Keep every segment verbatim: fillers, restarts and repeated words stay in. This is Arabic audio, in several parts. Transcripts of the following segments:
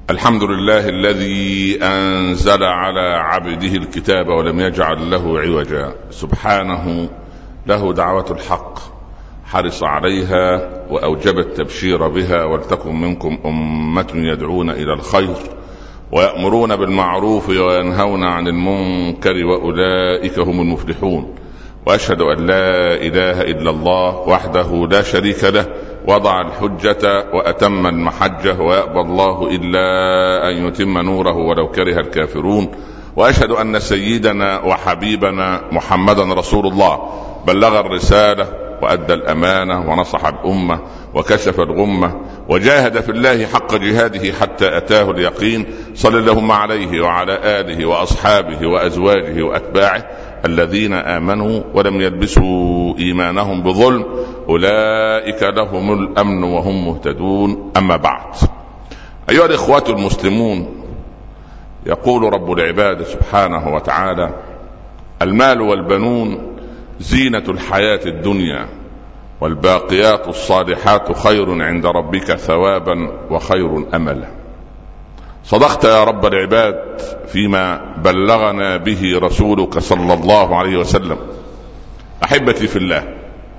الحمد لله الذي أنزل على عبده الكتاب ولم يجعل له عوجا، سبحانه له دعوة الحق، حرص عليها وأوجب التبشير بها، ولتكن منكم أمة يدعون إلى الخير ويأمرون بالمعروف وينهون عن المنكر وأولئك هم المفلحون. وأشهد أن لا إله إلا الله وحده لا شريك له، وضع الحجة وأتم المحجة، ويأبى الله إلا أن يتم نوره ولو كره الكافرون. وأشهد أن سيدنا وحبيبنا محمدا رسول الله، بلغ الرسالة وأدى الأمانة ونصح الأمة وكشف الغمة وجاهد في الله حق جهاده حتى أتاه اليقين. صلى اللهم عليه وعلى آله وأصحابه وأزواجه وأتباعه الذين آمنوا ولم يلبسوا إيمانهم بظلم، أولئك لهم الأمن وهم مهتدون. أما بعد، أيها الإخوة المسلمون، يقول رب العباد سبحانه وتعالى: المال والبنون زينة الحياة الدنيا، والباقيات الصالحات خير عند ربك ثوابا وخير أملا. صدقت يا رب العباد فيما بلغنا به رسولك صلى الله عليه وسلم. أحبتي في الله،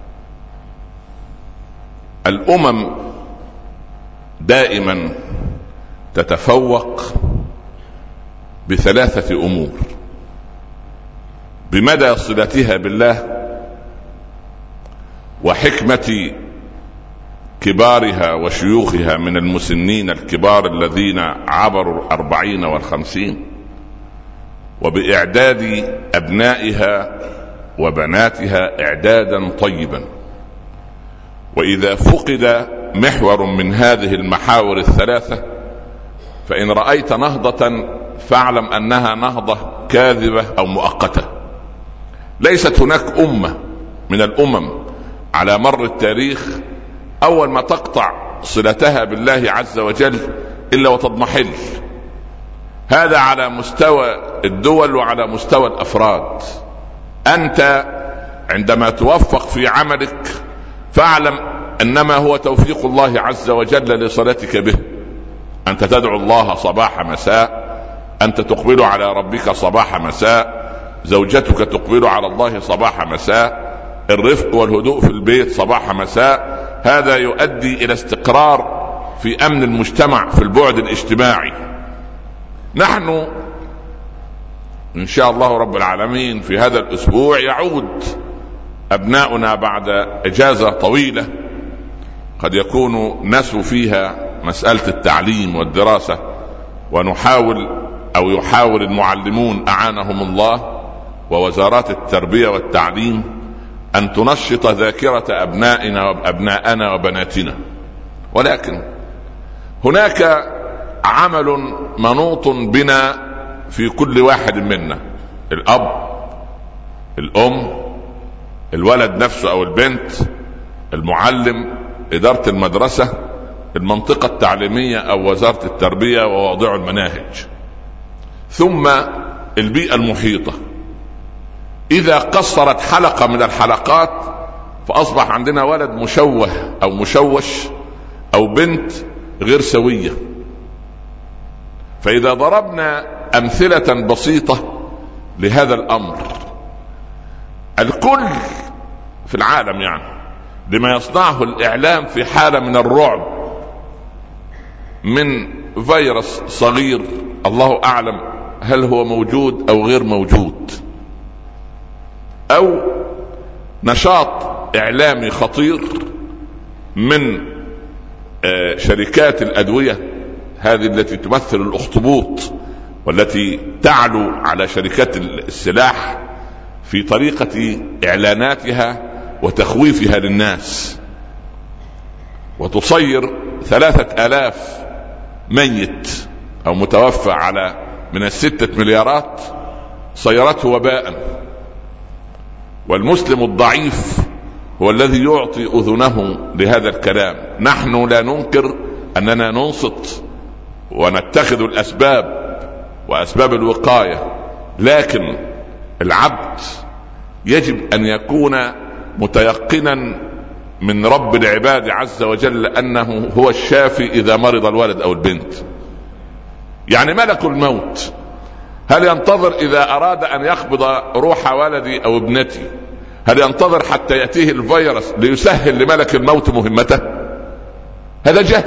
الأمم دائما تتفوق بثلاثة أمور: بمدى صلتها بالله، وحكمة كبارها وشيوخها من المسنين الكبار الذين عبروا الأربعين والخمسين، وبإعداد أبنائها وبناتها إعدادا طيبا. وإذا فقد محور من هذه المحاور الثلاثة فإن رأيت نهضة فاعلم أنها نهضة كاذبة أو مؤقتة. ليست هناك أمة من الأمم على مر التاريخ أول ما تقطع صلتها بالله عز وجل إلا وتضمحل. هذا على مستوى الدول وعلى مستوى الأفراد. أنت عندما توفق في عملك فاعلم أنما هو توفيق الله عز وجل لصلتك به. أنت تدعو الله صباح مساء، أنت تقبل على ربك صباح مساء، زوجتك تقبل على الله صباح مساء، الرفق والهدوء في البيت صباح مساء. هذا يؤدي إلى استقرار في أمن المجتمع في البعد الاجتماعي. نحن إن شاء الله رب العالمين في هذا الأسبوع يعود أبناؤنا بعد إجازة طويلة قد يكون نسوا فيها مسألة التعليم والدراسة، ونحاول أو يحاول المعلمون أعانهم الله ووزارات التربية والتعليم أن تنشط ذاكرة أبنائنا وأبناءنا وبناتنا. ولكن هناك عمل منوط بنا في كل واحد منا: الأب، الأم، الولد نفسه أو البنت، المعلم، إدارة المدرسة، المنطقة التعليمية أو وزارة التربية وواضع المناهج، ثم البيئة المحيطة. إذا قصرت حلقة من الحلقات فأصبح عندنا ولد مشوه أو مشوش أو بنت غير سوية. فإذا ضربنا أمثلة بسيطة لهذا الأمر، الكل في العالم يعني لما يصنعه الإعلام في حالة من الرعب من فيروس صغير الله أعلم هل هو موجود أو غير موجود، أو نشاط إعلامي خطير من شركات الأدوية هذه التي تمثل الأخطبوط والتي تعلو على شركات السلاح في طريقة إعلاناتها وتخويفها للناس، وتصير ثلاثة آلاف ميت أو متوفى على من الستة مليارات، صيرته وباء. والمسلم الضعيف هو الذي يعطي أذنه لهذا الكلام. نحن لا ننكر أننا ننصت ونتخذ الأسباب وأسباب الوقاية، لكن العبد يجب أن يكون متيقنا من رب العباد عز وجل أنه هو الشافي إذا مرض الولد أو البنت. يعني ملك الموت هل ينتظر إذا أراد أن يقبض روح ولدي أو ابنتي هل ينتظر حتى يأتيه الفيروس ليسهل لملك الموت مهمته؟ هذا جهل.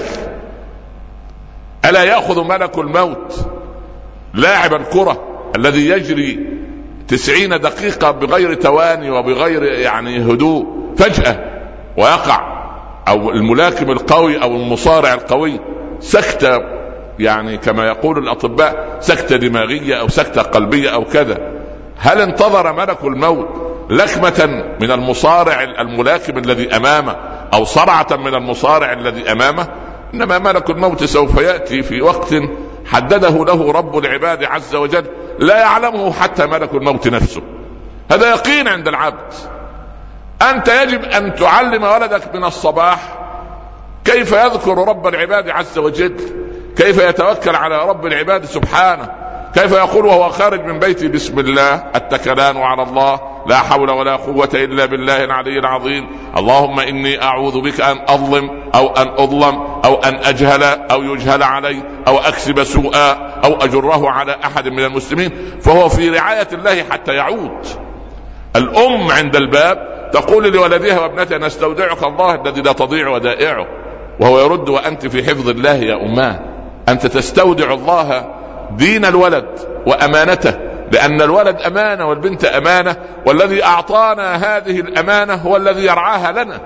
ألا يأخذ ملك الموت لاعب الكرة الذي يجري تسعين دقيقة بغير تواني وبغير يعني هدوء فجأة ويقع، أو الملاكم القوي أو المصارع القوي سكتة، يعني كما يقول الأطباء سكتة دماغية أو سكتة قلبية أو كذا، هل انتظر ملك الموت لكمة من المصارع الملاكم الذي أمامه أو صرعة من المصارع الذي أمامه؟ إنما ملك الموت سوف يأتي في وقت حدده له رب العباد عز وجل لا يعلمه حتى ملك الموت نفسه. هذا يقين عند العبد. أنت يجب أن تعلم ولدك من الصباح كيف يذكر رب العباد عز وجل، كيف يتوكل على رب العباد سبحانه، كيف يقول وهو خارج من بيتي بسم الله التكلان على الله لا حول ولا قوة إلا بالله العلي العظيم، اللهم إني أعوذ بك أن أظلم أو أن أظلم أو أن أجهل أو يجهل علي أو أكسب سوءا أو أجره على أحد من المسلمين، فهو في رعاية الله حتى يعود. الأم عند الباب تقول لولدها وابنتها نستودعك الله الذي لا تضيع ودائعه، وهو يرد وأنت في حفظ الله يا أماه. أنت تستودع الله دين الولد وأمانته، لأن الولد أمانة والبنت أمانة، والذي أعطانا هذه الأمانة هو الذي يرعاها لنا.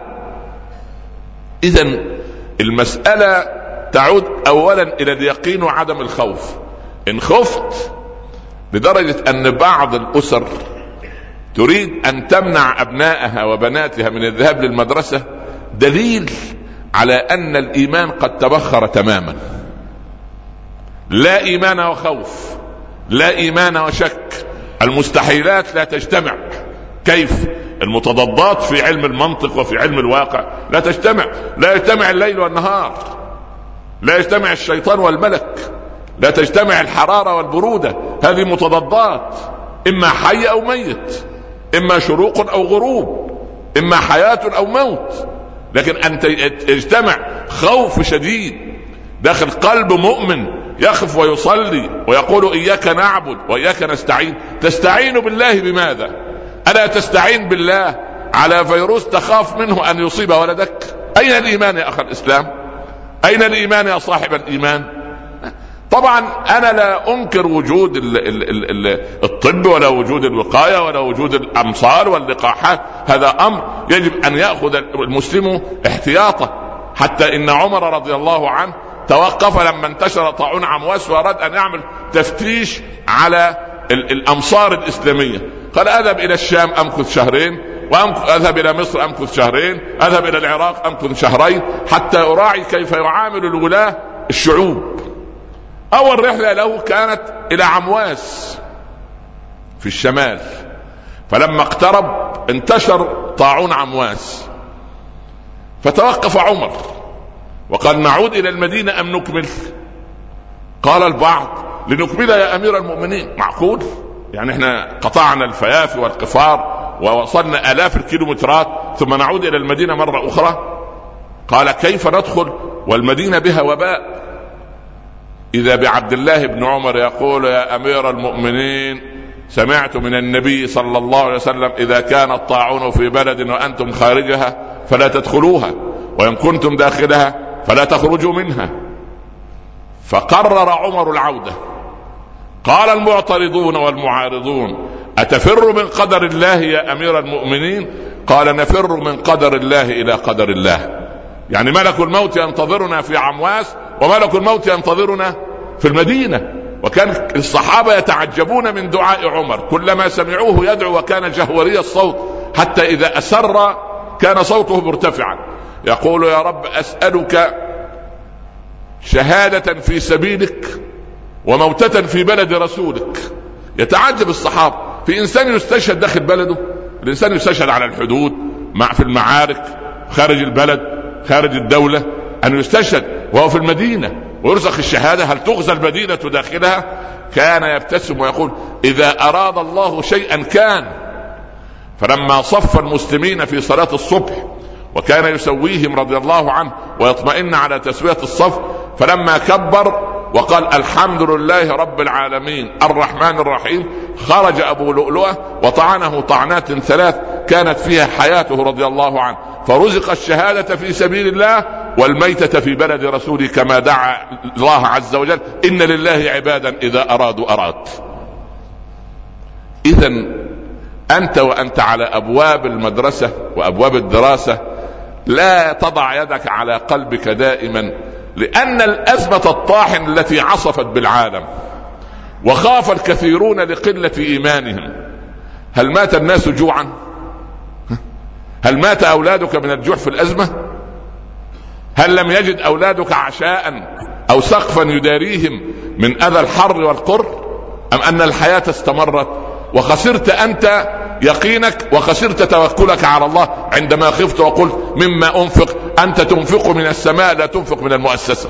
إذن المسألة تعود أولا إلى اليقين وعدم الخوف. إن خفت لدرجة أن بعض الأسر تريد أن تمنع أبنائها وبناتها من الذهاب للمدرسة، دليل على أن الإيمان قد تبخر تماما. لا إيمان وخوف، لا إيمان وشك، المستحيلات لا تجتمع. كيف؟ المتضادات في علم المنطق وفي علم الواقع لا تجتمع. لا يجتمع الليل والنهار، لا يجتمع الشيطان والملك، لا تجتمع الحرارة والبرودة. هذه متضادات، إما حي أو ميت، إما شروق أو غروب، إما حياة أو موت. لكن أن يجتمع خوف شديد داخل قلب مؤمن يخف ويصلي ويقول إياك نعبد وإياك نستعين. تستعين بالله بماذا؟ ألا تستعين بالله على فيروس تخاف منه أن يصيب ولدك؟ أين الإيمان يا أخ الإسلام؟ أين الإيمان يا صاحب الإيمان؟ طبعا أنا لا أنكر وجود ال ال ال ال الطب ولا وجود الوقاية ولا وجود الأمصار واللقاحات، هذا أمر يجب أن يأخذ المسلم احتياطه. حتى إن عمر رضي الله عنه توقف لما انتشر طاعون عمواس وأراد أن يعمل تفتيش على الأمصار الإسلامية، قال أذهب إلى الشام أمكث شهرين، وأذهب إلى مصر أمكث شهرين، أذهب إلى العراق أمكث شهرين، حتى أراعي كيف يعامل الولاة الشعوب. أول رحلة له كانت إلى عمواس في الشمال، فلما اقترب انتشر طاعون عمواس، فتوقف عمر وقال نعود إلى المدينة أم نكمل؟ قال البعض لنكمل يا أمير المؤمنين. معقول؟ يعني احنا قطعنا الفيافي والقفار ووصلنا آلاف الكيلومترات ثم نعود إلى المدينة مرة أخرى؟ قال كيف ندخل والمدينة بها وباء؟ إذا بعبد الله بن عمر يقول يا أمير المؤمنين سمعت من النبي صلى الله عليه وسلم إذا كان الطاعون في بلد وأنتم خارجها فلا تدخلوها، وإن كنتم داخلها فلا تخرجوا منها. فقرر عمر العودة. قال المعترضون والمعارضون أتفر من قدر الله يا أمير المؤمنين؟ قال نفر من قدر الله إلى قدر الله. يعني ملك الموت ينتظرنا في عمواس وملك الموت ينتظرنا في المدينة. وكان الصحابة يتعجبون من دعاء عمر، كلما سمعوه يدعو وكان جهوري الصوت، حتى إذا أسر كان صوته مرتفعا يقول يا رب أسألك شهادة في سبيلك وموتة في بلد رسولك. يتعجب الصحابة، في إنسان يستشهد داخل بلده، الإنسان يستشهد على الحدود مع في المعارك خارج البلد خارج الدولة، أن يستشهد وهو في المدينة ويرزق الشهادة، هل تغزى المدينة داخلها؟ كان يبتسم ويقول إذا أراد الله شيئا كان. فلما صف المسلمين في صلاة الصبح وكان يسويهم رضي الله عنه ويطمئن على تسوية الصف، فلما كبر وقال الحمد لله رب العالمين الرحمن الرحيم، خرج أبو لؤلؤة وطعنه طعنات ثلاث كانت فيها حياته رضي الله عنه، فرزق الشهادة في سبيل الله والميتة في بلد رسوله، كما دعا الله عز وجل إن لله عبادا إذا أرادوا أراد. إذن أنت وأنت على أبواب المدرسة وأبواب الدراسة لا تضع يدك على قلبك دائما، لأن الأزمة الطاحنة التي عصفت بالعالم وخاف الكثيرون لقلة إيمانهم. هل مات الناس جوعا؟ هل مات أولادك من الجوع في الأزمة؟ هل لم يجد أولادك عشاء أو سقفا يداريهم من أذى الحر والقر؟ أم أن الحياة استمرت وخسرت أنت يقينك وخسرت توكلك على الله عندما خفت وقلت مما أنفق؟ أنت تنفق من السماء لا تنفق من المؤسسة.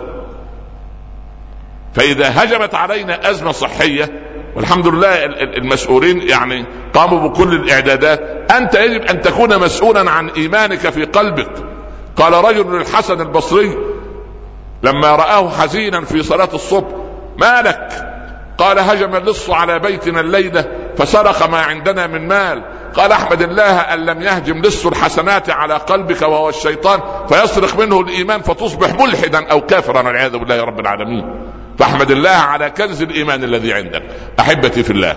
فإذا هجمت علينا أزمة صحية، والحمد لله المسؤولين يعني قاموا بكل الإعدادات، أنت يجب أن تكون مسؤولا عن إيمانك في قلبك. قال رجل للحسن البصري لما رآه حزينا في صلاة الصبح: ما لك؟ قال: هجم اللص على بيتنا الليلة فسرق ما عندنا من مال. قال: احمد الله أن لم يهجم لص الحسنات على قلبك وهو الشيطان فيسرق منه الإيمان فتصبح ملحدا أو كافرا والعياذ بالله رب العالمين. فاحمد الله على كنز الإيمان الذي عندك. أحبتي في الله،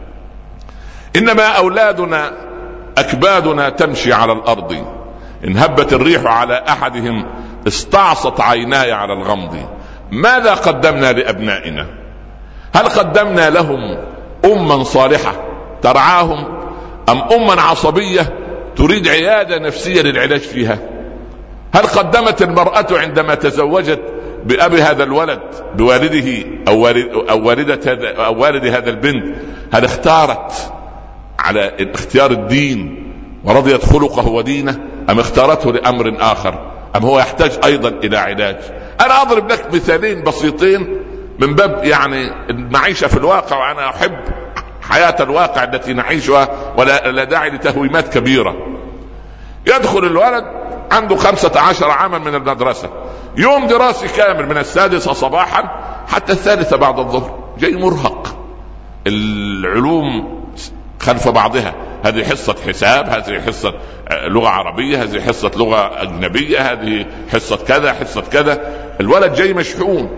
إنما أولادنا أكبادنا تمشي على الأرض، إن هبت الريح على أحدهم استعصت عيناي على الغمض. ماذا قدمنا لأبنائنا؟ هل قدمنا لهم أما صالحة ترعاهم، أم أما عصبية تريد عيادة نفسية للعلاج فيها؟ هل قدمت المرأة عندما تزوجت بأبي هذا الولد بوالده أو, والد أو والدة هذا أو والد هذا البنت، هل اختارت على اختيار الدين ورضيت خلقه ودينه، أم اختارته لأمر آخر، أم هو يحتاج أيضا إلى علاج؟ أنا أضرب لك مثالين بسيطين من باب يعني المعيشة في الواقع، وأنا أحب حياة الواقع التي نعيشها ولا داعي لتهويمات كبيرة. يدخل الولد عنده خمسة عشر عاما من المدرسة، يوم دراسي كامل من السادسة صباحا حتى الثالثة بعد الظهر، جاي مرهق، العلوم خلف بعضها، هذه حصة حساب، هذه حصة لغة عربية، هذه حصة لغة أجنبية، هذه حصة كذا حصة كذا. الولد جاي مشحون،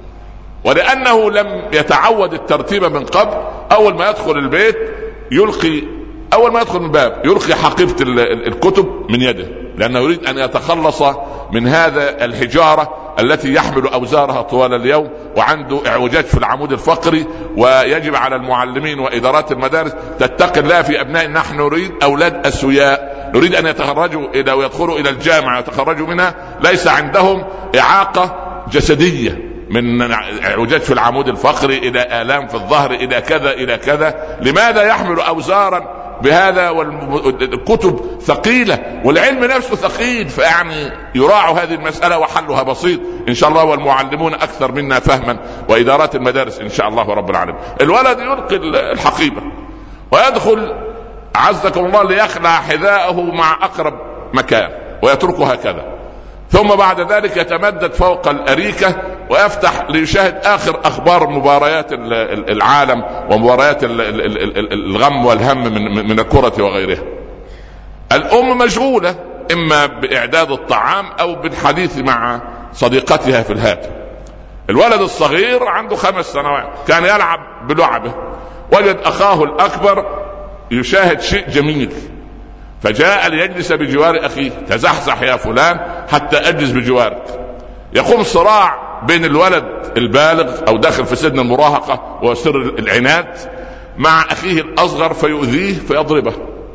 ولأنه لم يتعود الترتيب من قبل، أول ما يدخل البيت يلقي أول ما يدخل من الباب يلقي حقيبة الكتب من يده، لأنه يريد أن يتخلص من هذا الحجارة التي يحمل أوزارها طوال اليوم، وعنده اعوجاج في العمود الفقري. ويجب على المعلمين وإدارات المدارس تتقي الله في أبناء. نحن نريد أولاد أسوياء، نريد أن يتخرجوا إلى ويدخلوا إلى الجامعة ويتخرجوا منها ليس عندهم إعاقة جسدية، من اعوجاج في العمود الفقري إلى آلام في الظهر إلى كذا إلى كذا. لماذا يحمل أوزارا بهذا؟ والكتب ثقيلة والعلم نفسه ثقيل، فيعني يراعوا هذه المسألة وحلها بسيط إن شاء الله، والمعلمون أكثر منا فهما وإدارات المدارس إن شاء الله رب العالمين. الولد يلقي الحقيبة ويدخل عزكم الله ليخلع حذاءه مع أقرب مكان ويتركه هكذا، ثم بعد ذلك يتمدد فوق الأريكة ويفتح ليشاهد آخر أخبار مباريات العالم ومباريات الغم والهم من الكرة وغيرها. الأم مشغولة إما بإعداد الطعام أو بالحديث مع صديقتها في الهاتف. الولد الصغير عنده خمس سنوات كان يلعب بلعبه، وجد أخاه الأكبر يشاهد شيء جميل فجاء ليجلس بجوار أخيه. تزحزح يا فلان حتى أجلس بجوارك. يقوم صراع بين الولد البالغ أو داخل في سن المراهقة وسر العناد مع أخيه الأصغر فيؤذيه فيضربه.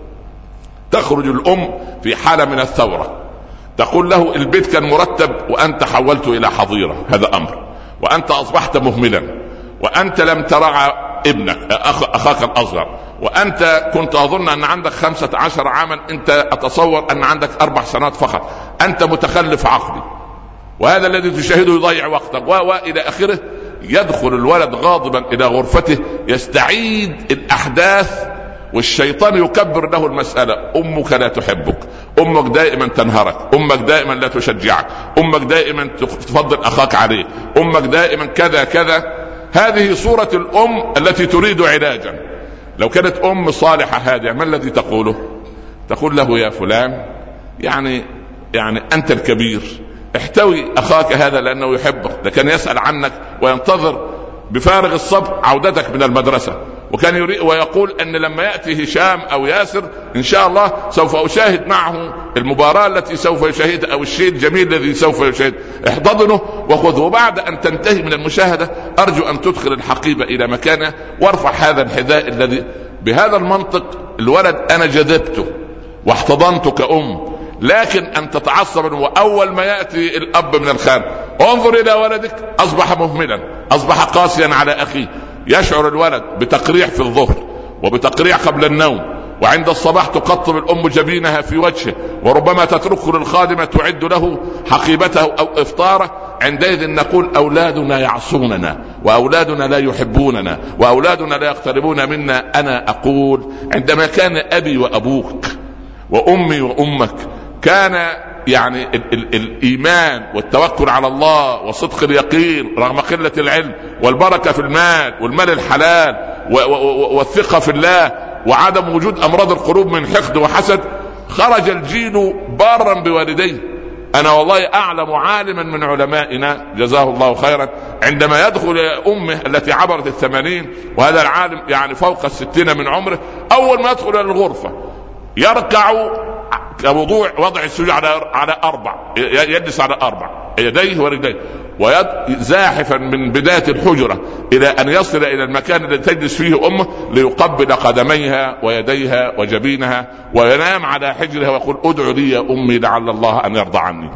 تخرج الأم في حالة من الثورة، تقول له البيت كان مرتب وأنت حولته إلى حظيرة، هذا أمر، وأنت أصبحت مهملا، وأنت لم ترعى ابنك أخ أخاك الأصغر، وأنت كنت أظن أن عندك خمسة عشر عاما، أنت أتصور أن عندك أربع سنوات فقط، أنت متخلف عقلي، وهذا الذي تشاهده يضيع وقتك وإلى آخره. يدخل الولد غاضبا إلى غرفته يستعيد الأحداث والشيطان يكبر له المسألة. أمك لا تحبك، أمك دائما تنهرك، أمك دائما لا تشجعك، أمك دائما تفضل أخاك عليه، أمك دائما كذا كذا. هذه صورة الأم التي تريد علاجا. لو كانت أم صالحة هادئة ما الذي تقوله؟ تقول له يا فلان يعني يعني أنت الكبير، احتوي أخاك هذا لأنه يحبك. ده كان يسأل عنك وينتظر بفارغ الصبر عودتك من المدرسة، وكان يريد ويقول أن لما يأتي هشام أو ياسر إن شاء الله سوف أشاهد معه المباراة التي سوف يشاهدها أو الشيء الجميل الذي سوف يشاهد. احتضنه وخذه، وبعد أن تنتهي من المشاهدة أرجو أن تدخل الحقيبة إلى مكانه وارفع هذا الحذاء الذي. بهذا المنطق الولد أنا جذبته واحتضنته كأم. لكن أن تتعصب وأول ما يأتي الأب من الخارج انظر إلى ولدك أصبح مهملا، أصبح قاسيا على أخيه. يشعر الولد بتقريح في الظهر وبتقريح قبل النوم، وعند الصباح تقطب الأم جبينها في وجهه، وربما تتركه للخادمة تعد له حقيبته أو إفطاره. عندئذ نقول أولادنا يعصوننا، وأولادنا لا يحبوننا، وأولادنا لا يقتربون منا. أنا أقول عندما كان أبي وأبوك وأمي وأمك كان يعني ال- ال- الإيمان والتوكل على الله وصدق اليقين رغم قلة العلم، والبركة في المال والمال الحلال و- و- والثقة في الله، وعدم وجود أمراض القلوب من حقد وحسد، خرج الجيل بارا بوالديه. أنا والله أعلم عالما من علمائنا جزاه الله خيرا عندما يدخل أمه التي عبرت الثمانين، وهذا العالم يعني فوق الستين من عمره، أول ما يدخل إلى الغرفة يركع كوضوع وضع السجود على على أربع، يجلس على أربع يديه ورجليه، وزاحفا من بداية الحجرة إلى أن يصل إلى المكان الذي تجلس فيه أمه ليقبل قدميها ويديها وجبينها، وينام على حجرها ويقول ادعو لي يا أمي لعل الله أن يرضى عني.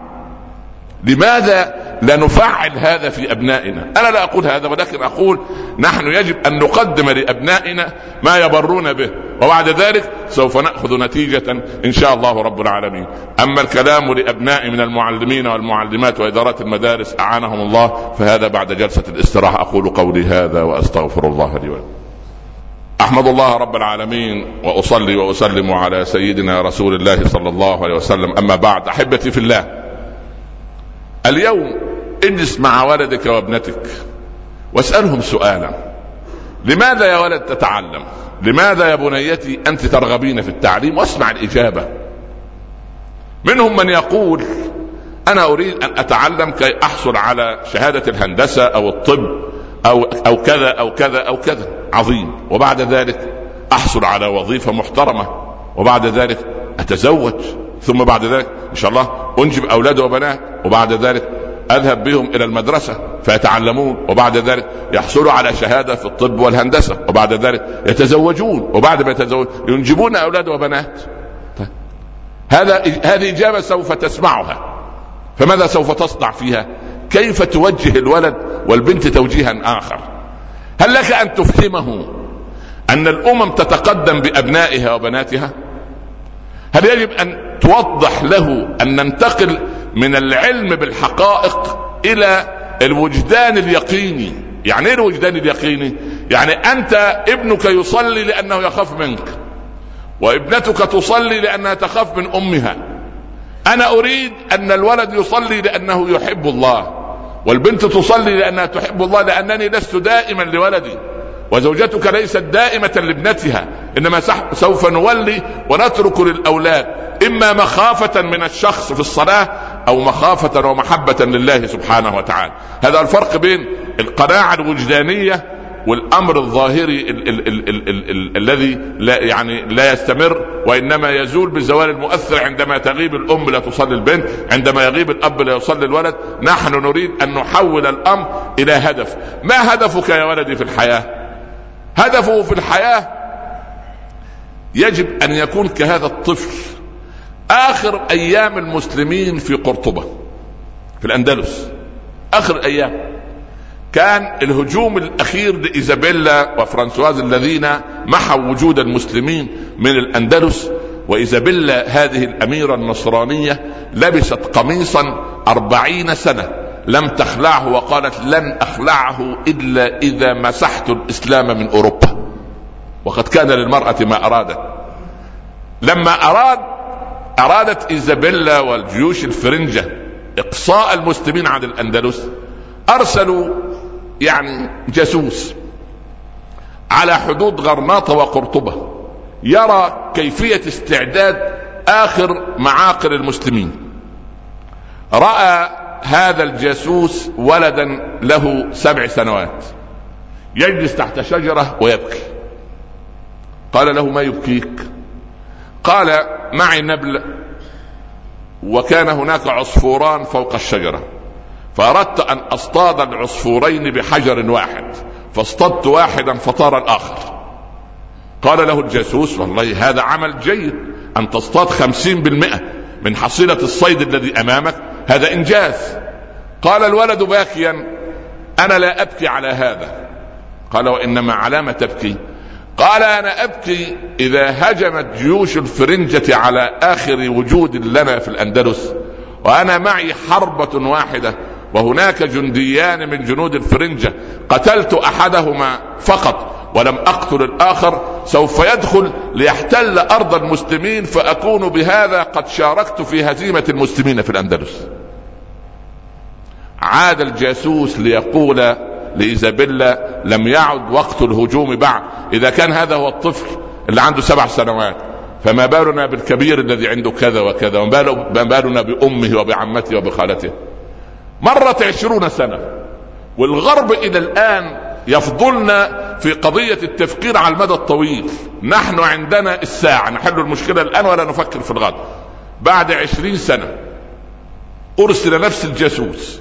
لماذا لا نفعل هذا في أبنائنا؟ أنا لا أقول هذا، ولكن أقول نحن يجب أن نقدم لأبنائنا ما يبرون به، وبعد ذلك سوف نأخذ نتيجة إن شاء الله رب العالمين. أما الكلام لأبنائي من المعلمين والمعلمات وإدارات المدارس أعانهم الله، فهذا بعد جلسة الاستراحة. أقول قولي هذا وأستغفر الله لي ولكم. أحمد الله رب العالمين وأصلي وأسلم على سيدنا رسول الله صلى الله عليه وسلم. أما بعد، أحبتي في الله، اليوم اجلس مع ولدك وابنتك واسألهم سؤالا: لماذا يا ولد تتعلم؟ لماذا يا بنيتي أنت ترغبين في التعليم؟ واسمع الإجابة. منهم من يقول أنا أريد أن أتعلم كي أحصل على شهادة الهندسة أو الطب أو, أو كذا أو كذا أو كذا. عظيم. وبعد ذلك أحصل على وظيفة محترمة، وبعد ذلك أتزوج، ثم بعد ذلك إن شاء الله أنجب أولاد وبنات، وبعد ذلك أذهب بهم إلى المدرسة فيتعلمون، وبعد ذلك يحصلوا على شهادة في الطب والهندسة، وبعد ذلك يتزوجون، وبعد ما يتزوج ينجبون أولاد وبنات. هذا هذه إجابة سوف تسمعها، فماذا سوف تصنع فيها؟ كيف توجه الولد والبنت توجيها آخر؟ هل لك أن تفهمه أن الأمم تتقدم بأبنائها وبناتها؟ هل يجب أن توضح له أن ننتقل من العلم بالحقائق إلى الوجدان اليقيني؟ يعني ايه الوجدان اليقيني؟ يعني أنت ابنك يصلي لأنه يخاف منك، وابنتك تصلي لأنها تخاف من أمها. أنا أريد أن الولد يصلي لأنه يحب الله، والبنت تصلي لأنها تحب الله، لأنني لست دائما لولدي، وزوجتك ليست دائمة لابنتها، إنما سوف نولي ونترك للأولاد إما مخافة من الشخص في الصلاة أو مخافة ومحبة لله سبحانه وتعالى. هذا الفرق بين القناعة الوجدانية والأمر الظاهري ال- ال- ال- ال- ال- ال- الذي لا يعني لا يستمر، وإنما يزول بالزوال المؤثر. عندما تغيب الأم لا تصلي البنت، عندما يغيب الأب لا يصلي الولد. نحن نريد أن نحول الأمر إلى هدف. ما هدفك يا ولدي في الحياة؟ هدفه في الحياة يجب أن يكون كهذا الطفل آخر أيام المسلمين في قرطبة في الأندلس. آخر أيام كان الهجوم الأخير لإيزابيلا وفرانسواز الذين محوا وجود المسلمين من الأندلس. وإيزابيلا هذه الأميرة النصرانية لبست قميصا أربعين سنة لم تخلعه، وقالت لن أخلعه إلا إذا مسحت الإسلام من أوروبا. وقد كان للمرأة ما أرادت. لما أراد أرادت إيزابيلا والجيوش الفرنجة إقصاء المسلمين عن الأندلس، أرسلوا يعني جاسوس على حدود غرناطة وقرطبة يرى كيفية استعداد آخر معاقل المسلمين. رأى هذا الجاسوس ولدا له سبع سنوات يجلس تحت شجرة ويبكي. قال له: ما يبكيك؟ قال: معي نبل وكان هناك عصفوران فوق الشجرة، فأردت أن أصطاد العصفورين بحجر واحد، فاصطدت واحدا فطار الآخر. قال له الجاسوس: والله هذا عمل جيد، أن تصطاد خمسين بالمئة من حصيلة الصيد الذي أمامك، هذا إنجاز. قال الولد باكيا: أنا لا أبكي على هذا. قال: وإنما على ما تبكي؟ قال: أنا أبكي إذا هجمت جيوش الفرنجة على آخر وجود لنا في الأندلس وأنا معي حربة واحدة وهناك جنديان من جنود الفرنجة، قتلت أحدهما فقط ولم أقتل الآخر، سوف يدخل ليحتل أرض المسلمين فأكون بهذا قد شاركت في هزيمة المسلمين في الأندلس. عاد الجاسوس ليقول لإيزابيلا: لم يعد وقت الهجوم بعد. إذا كان هذا هو الطفل اللي عنده سبع سنوات، فما بالنا بالكبير الذي عنده كذا وكذا، وما بالنا بأمه وبعمته وبخالته. مرت عشرون سنة والغرب إلى الآن يفضلنا في قضية التفكير على المدى الطويل. نحن عندنا الساعة، نحل المشكلة الآن ولا نفكر في الغد. بعد عشرين سنة أرسل نفس الجاسوس،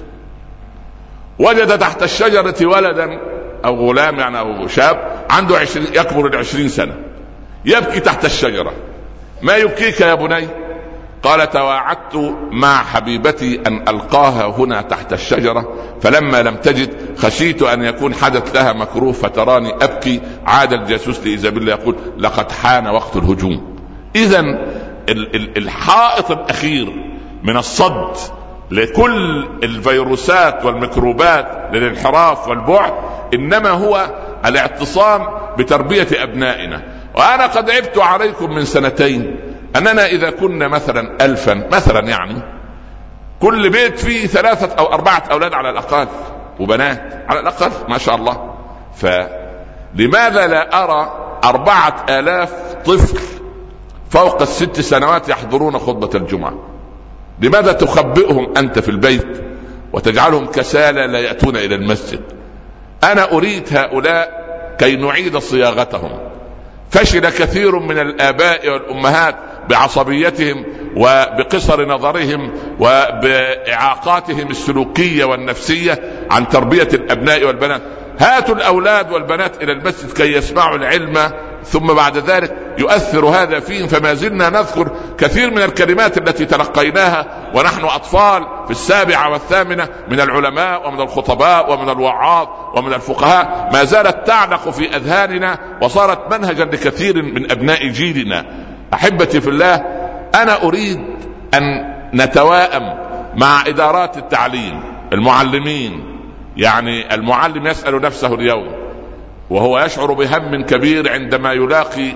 وجد تحت الشجرة ولدا أو غلام يعني أو شاب عنده عشرين يكبر العشرين سنة يبكي تحت الشجرة. ما يبكيك يا بني؟ قال: تواعدت مع حبيبتي أن ألقاها هنا تحت الشجرة، فلما لم تجد خشيت أن يكون حدث لها مكروه فتراني أبكي. عاد الجاسوس لإيزابيلا يقول: لقد حان وقت الهجوم. إذن الحائط الأخير من الصد لكل الفيروسات والميكروبات للانحراف والبعد إنما هو الاعتصام بتربية أبنائنا. وأنا قد عبت عليكم من سنتين أننا إذا كنا مثلا ألفا مثلا، يعني كل بيت فيه ثلاثة أو أربعة أولاد على الأقل وبنات على الأقل ما شاء الله، فلماذا لا أرى أربعة آلاف طفل فوق الست سنوات يحضرون خطبة الجمعة؟ لماذا تخبئهم أنت في البيت وتجعلهم كسالى لا يأتون إلى المسجد؟ أنا أريد هؤلاء كي نعيد صياغتهم. فشل كثير من الآباء والأمهات بعصبيتهم وبقصر نظرهم وبإعاقاتهم السلوكية والنفسية عن تربية الأبناء والبنات. هاتوا الأولاد والبنات إلى المسجد كي يسمعوا العلم، ثم بعد ذلك يؤثر هذا فيهم. فما زلنا نذكر كثير من الكلمات التي تلقيناها ونحن أطفال في السابعة والثامنة من العلماء ومن الخطباء ومن الوعاظ ومن الفقهاء، ما زالت تعلق في أذهاننا وصارت منهجا لكثير من أبناء جيلنا. أحبتي في الله، أنا أريد أن نتواءم مع إدارات التعليم، المعلمين. يعني المعلم يسأل نفسه اليوم وهو يشعر بهم كبير عندما يلاقي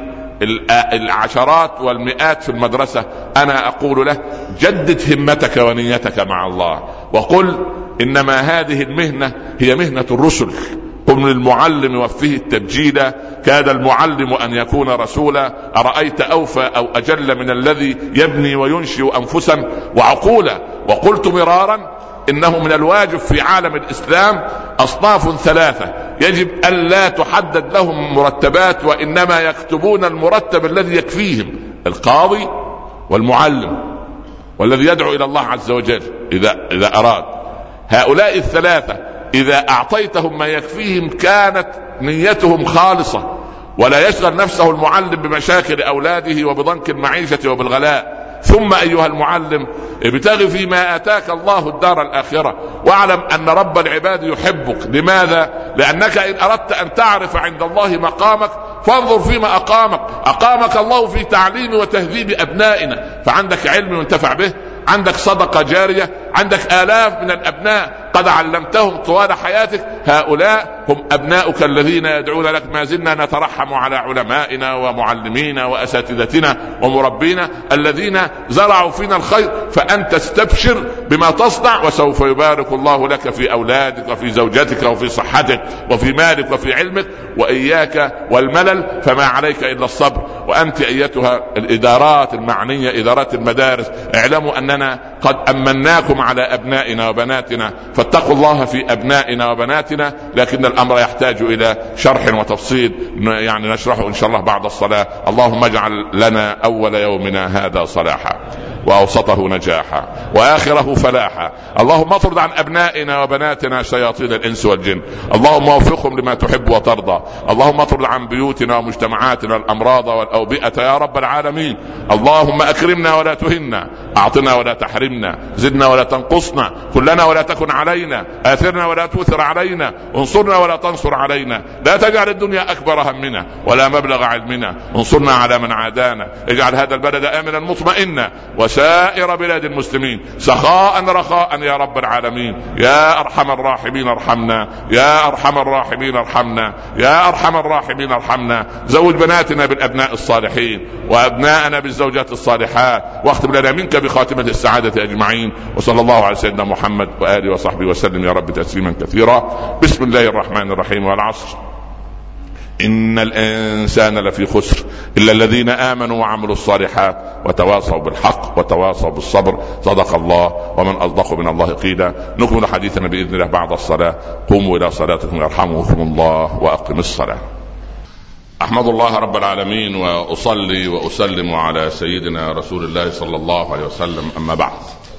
العشرات والمئات في المدرسة، أنا أقول له: جدد همتك ونيتك مع الله، وقل إنما هذه المهنة هي مهنة الرسل. قل للمعلم وفيه التبجيل، كاد المعلم أن يكون رسولا. أرأيت أوفى أو أجل من الذي يبني وينشئ أنفسا وعقولا. وقلت مرارا إنه من الواجب في عالم الإسلام أصناف ثلاثة يجب أن لا تحدد لهم مرتبات، وإنما يكتبون المرتب الذي يكفيهم: القاضي والمعلم والذي يدعو إلى الله عز وجل إذا, إذا أراد. هؤلاء الثلاثة إذا أعطيتهم ما يكفيهم كانت نيتهم خالصة، ولا يشغل نفسه المعلم بمشاكل أولاده وبضنك المعيشة وبالغلاء. ثم أيها المعلم، ابتغ فيما آتاك الله الدار الآخرة، واعلم أن رب العباد يحبك. لماذا؟ لأنك إن أردت أن تعرف عند الله مقامك فانظر فيما أقامك. أقامك الله في تعليم وتهذيب أبنائنا، فعندك علم ينتفع به، عندك صدقة جارية، عندك آلاف من الأبناء قد علمتهم طوال حياتك، هؤلاء هم أبناؤك الذين يدعون لك. ما زلنا نترحم على علمائنا ومعلمينا وأساتذتنا ومربينا الذين زرعوا فينا الخير، فأنت استبشر بما تصنع، وسوف يبارك الله لك في أولادك وفي زوجتك وفي صحتك وفي مالك وفي علمك. وإياك والملل، فما عليك إلا الصبر. وأنت أيتها الإدارات المعنية، إدارات المدارس، اعلموا أننا قد أمناكم على أبنائنا وبناتنا، فاتقوا الله في أبنائنا وبناتنا. لكن الأمر يحتاج إلى شرح وتفصيل، يعني نشرحه إن شاء الله بعد الصلاة. اللهم اجعل لنا أول يومنا هذا صلاحا، وأوسطه نجاحا، وآخره فلاحا. اللهم اطرد عن أبنائنا وبناتنا شياطين الإنس والجن، اللهم وفقهم لما تحب وترضى. اللهم اطرد عن بيوتنا ومجتمعاتنا الأمراض والأوبئة يا رب العالمين. اللهم أكرمنا ولا تهنا، أعطنا ولا تحرمنا، زدنا ولا تنقصنا، كلنا ولا تكن علينا، آثرنا ولا تؤثر علينا، انصرنا ولا تنصر علينا. لا تجعل الدنيا أكبر همنا ولا مبلغ علمنا، انصرنا على من عادانا. اجعل هذا البلد آمنا مطمئنا، وسائر بلاد المسلمين سخاء رخاء يا رب العالمين. يا أرحم الراحمين ارحمنا، يا أرحم الراحمين ارحمنا، يا أرحم الراحمين ارحمنا. زوج بناتنا بالأبناء الصالحين، وأبناءنا بالزوجات الصالحات، واختم لنا منك بخاتمة السعادة أجمعين. وصلى الله على سيدنا محمد وآله وصحبه وسلم يا رب تسليما كثيرا. بسم الله الرحمن الرحيم. والعصر إن الإنسان لفي خسر إلا الذين آمنوا وعملوا الصالحات وتواصوا بالحق وتواصوا بالصبر. صدق الله، ومن أصدق من الله قيلا. نكمل حديثنا بإذن الله بعد الصلاة. قوموا إلى صلاتكم يرحمكم الله، وأقم الصلاة. أحمد الله رب العالمين، وأصلي وأسلم على سيدنا رسول الله صلى الله عليه وسلم. أما بعد،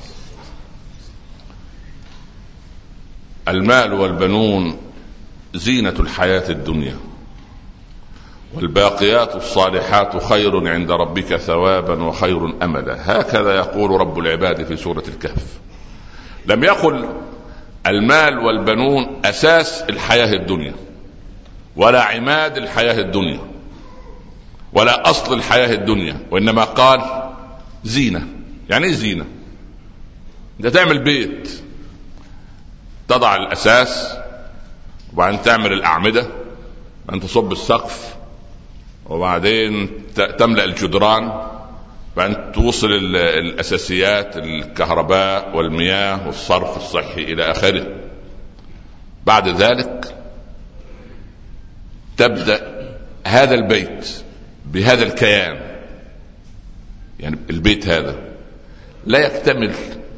المال والبنون زينة الحياة الدنيا، والباقيات الصالحات خير عند ربك ثوابا وخير أملا. هكذا يقول رب العباد في سورة الكهف. لم يقل المال والبنون أساس الحياة الدنيا، ولا عماد الحياة الدنيا، ولا أصل الحياة الدنيا، وإنما قال زينة. يعني ايه زينة؟ انت تعمل بيت، تضع الأساس، وبعدين تعمل الأعمدة، وبعدين تصب السقف، وبعدين تملأ الجدران، وبعدين توصل الأساسيات، الكهرباء والمياه والصرف الصحي إلى آخره. بعد ذلك تبدأ هذا البيت بهذا الكيان. يعني البيت هذا لا يكتمل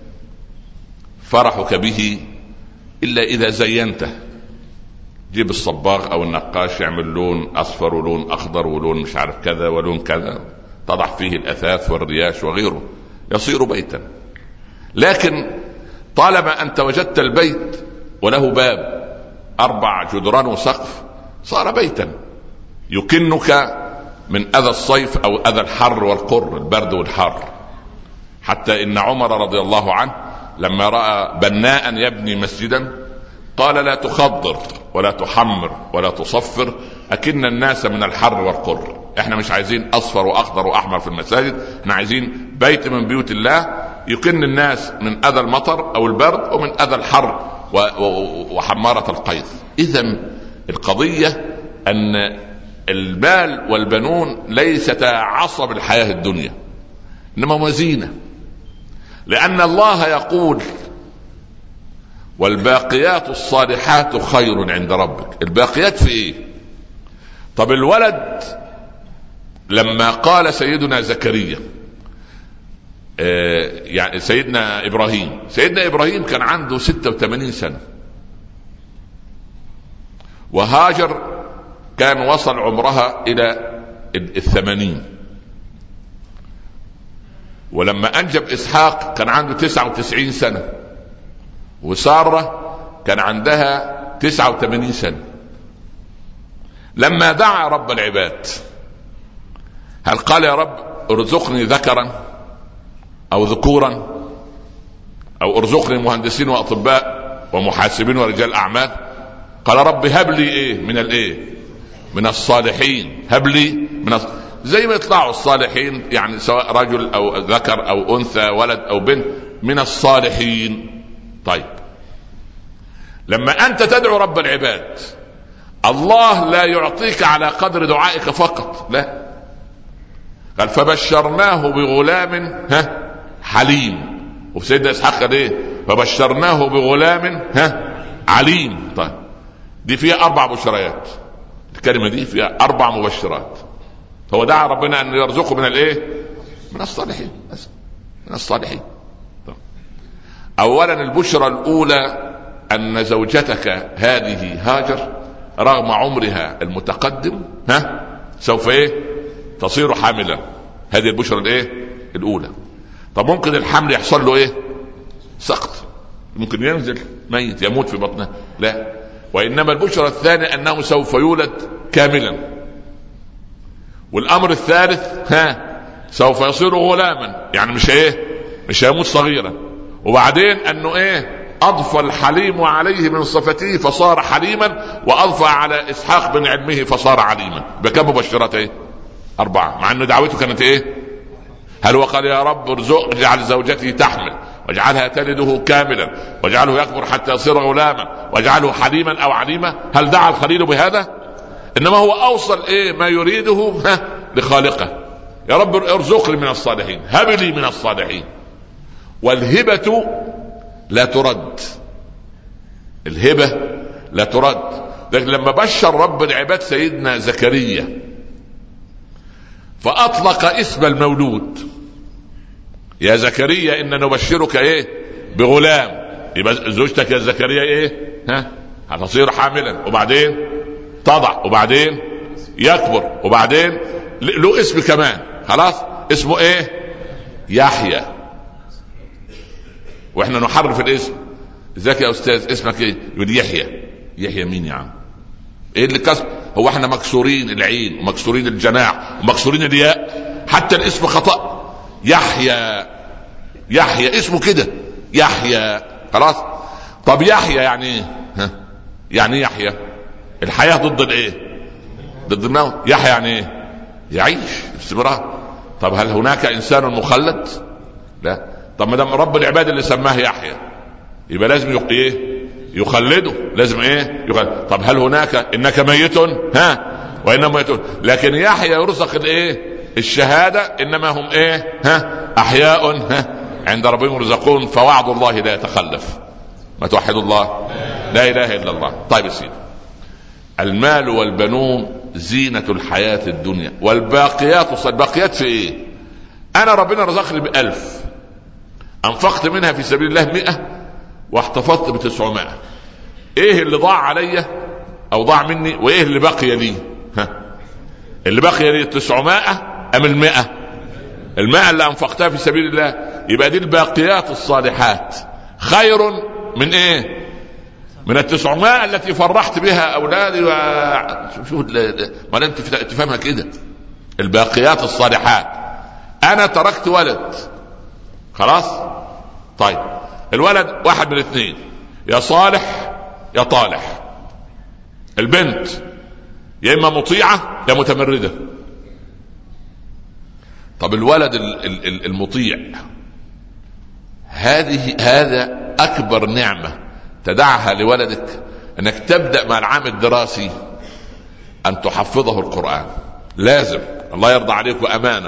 فرحك به إلا إذا زينته. جيب الصباغ أو النقاش يعمل لون أصفر ولون أخضر ولون مش عارف كذا ولون كذا، تضع فيه الأثاث والرياش وغيره، يصير بيتا. لكن طالما أنت وجدت البيت وله باب، أربع جدران وسقف، صار بيتا يكنك من أذى الصيف أو أذى الحر والقر، البرد والحر. حتى إن عمر رضي الله عنه لما رأى بناء يبني مسجدا قال: لا تخضر ولا تحمر ولا تصفر، أكن الناس من الحر والقر. احنا مش عايزين أصفر وأخضر وأحمر في المساجد، احنا عايزين بيت من بيوت الله يكن الناس من أذى المطر أو البرد ومن أذى الحر وحمارة القيظ. إذن القضية أن المال والبنون ليستا عصب الحياة الدنيا، إنما وزينة. لأن الله يقول: والباقيات الصالحات خير عند ربك. الباقيات في ايه؟ طب الولد لما قال سيدنا زكريا آه يعني سيدنا إبراهيم سيدنا إبراهيم كان عنده ستة وثمانين سنة، وهاجر كان وصل عمرها إلى الثمانين، ولما أنجب إسحاق كان عنده تسعة وتسعين سنة، وسارة كان عندها تسعة وثمانين سنة. لما دعا رب العباد هل قال: يا رب ارزقني ذكرا أو ذكورا، أو ارزقني مهندسين وأطباء ومحاسبين ورجال أعمال؟ قال: رب هب لي إيه من الإيه من الصالحين، هب لي من الص... زي ما يطلعوا الصالحين، يعني سواء رجل أو ذكر أو أنثى، ولد أو بنت، من الصالحين. طيب لما انت تدعو رب العباد الله لا يعطيك على قدر دعائك فقط، لا، قال فبشرناه بغلام ها حليم. وفي سيدنا اسحاق قال ايه؟ فبشرناه بغلام ها عليم. طيب دي فيها اربع بشريات، الكلمه دي فيها اربع مبشرات. فهو دعا ربنا ان يرزقه من الايه؟ من الصالحين، من الصالحين. طيب. اولا البشرى الاولى ان زوجتك هذه هاجر رغم عمرها المتقدم ها سوف ايه؟ تصير حاملا. هذه البشرى الايه؟ الاولى. طب ممكن الحمل يحصل له ايه؟ سقط، ممكن ينزل ميت يموت في بطنه، لا، وانما البشرى الثانية انه سوف يولد كاملا. والامر الثالث ها سوف يصير غلاما، يعني مش ايه؟ مش هيموت صغيرا. وبعدين انه ايه؟ اضفى الحليم عليه من صفته فصار حليما، واضفى على اسحاق بن علمه فصار عليما. بكم مبشرات ايه؟ اربعة، مع ان دعوته كانت ايه؟ هل وقال يا رب ارزق اجعل زوجتي تحمل واجعلها تلده كاملا واجعله يكبر حتى يصير غلاما واجعله حليما او عليما؟ هل دعا الخليل بهذا؟ انما هو اوصل ايه ما يريده ها لخالقه. يا رب ارزقني من الصالحين، هب لي من الصالحين. والهبة لا ترد، الهبة لا ترد. لكن لما بشر رب العباد سيدنا زكريا فأطلق اسم المولود، يا زكريا إن نبشرك إيه؟ بغلام. يبقى زوجتك يا زكريا إيه؟ ها؟ هتصير حاملا، وبعدين تضع، وبعدين يكبر، وبعدين له اسم كمان، خلاص اسمه إيه؟ يحيى. واحنا نحرف الاسم. ازيك يا استاذ اسمك ايه؟ يقول يحيى. يحيى مين يا عم؟ ايه اللي كسر؟ هو احنا مكسورين العين ومكسورين الجناح ومكسورين الياء، حتى الاسم خطأ. يحيى، يحيى اسمه كده يحيى، خلاص. طب يحيى يعني ايه؟ ها؟ يعني يحيى الحياة ضد الايه؟ ضد الموت. يحيى يعني ايه؟ يعيش باستمرار. طب هل هناك انسان مخلد؟ لا. طب ما دام رب العباد اللي سماه يحيى يبقى لازم ايه؟ يخلده، لازم ايه؟ يخلد. طب هل هناك انك ميت ها وانما ميتون، لكن يحيى يرزق الايه؟ الشهاده، انما هم ايه؟ ها احياء ها عند ربهم يرزقون، فوعد الله لا يتخلف. ما توحد الله، لا اله الا الله. طيب يا سيدي، المال والبنون زينة الحياة الدنيا والباقيات الصالحات. الباقيات في ايه؟ انا ربنا رزقني بألف، انفقت منها في سبيل الله مئة واحتفظت بتسعمائة. ايه اللي ضاع عليا او ضاع مني وايه اللي بقي لي؟ ها اللي بقي لي التسعمائة ام المئة؟ المئة اللي انفقتها في سبيل الله. يبقى دي الباقيات الصالحات خير من ايه؟ من التسعمائة التي فرحت بها اولادي و... شوف ولا انت تفهمها كده. الباقيات الصالحات، انا تركت ولد خلاص. طيب الولد واحد من الاثنين، يا صالح يا طالح. البنت يا اما مطيعة يا متمردة. طب الولد المطيع، هذه هذا اكبر نعمة تدعها لولدك، انك تبدأ مع العام الدراسي ان تحفظه القرآن. لازم، الله يرضى عليك وامانة.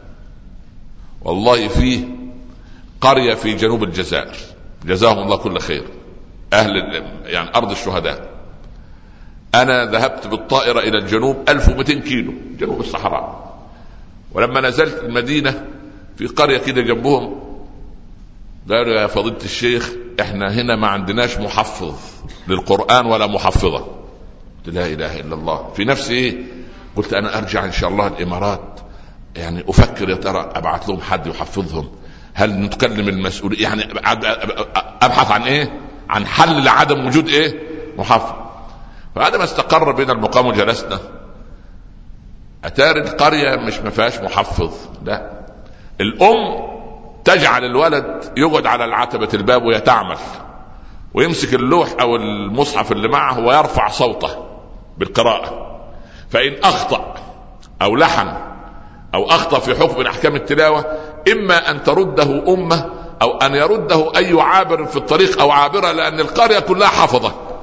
والله فيه قرية في جنوب الجزائر جزاهم الله كل خير، اهل يعني ارض الشهداء. انا ذهبت بالطائرة الى الجنوب ألف ومئتين كيلو جنوب الصحراء، ولما نزلت المدينة في قرية كده جنبهم قالوا يا فضيلة الشيخ احنا هنا ما عندناش محفظ للقرآن ولا محفظة. قلت لا اله الا الله. في نفسي ايه؟ قلت انا ارجع ان شاء الله الامارات، يعني افكر يا ترى ابعث لهم حد يحفظهم، هل نتكلم المسؤول يعني ابحث عن ايه؟ عن حل لعدم وجود ايه؟ محفظ. فهذا ما استقر بين المقام وجلسنا، اتاري القرية مش ما فيهاش محفظ. لا، الام تجعل الولد يقعد على العتبة الباب ويتعمل ويمسك اللوح او المصحف اللي معه ويرفع صوته بالقراءة، فان اخطأ او لحن او اخطأ في حكم من احكام التلاوة اما ان ترده امه او ان يرده اي عابر في الطريق او عابرة، لان القرية كلها حفظة.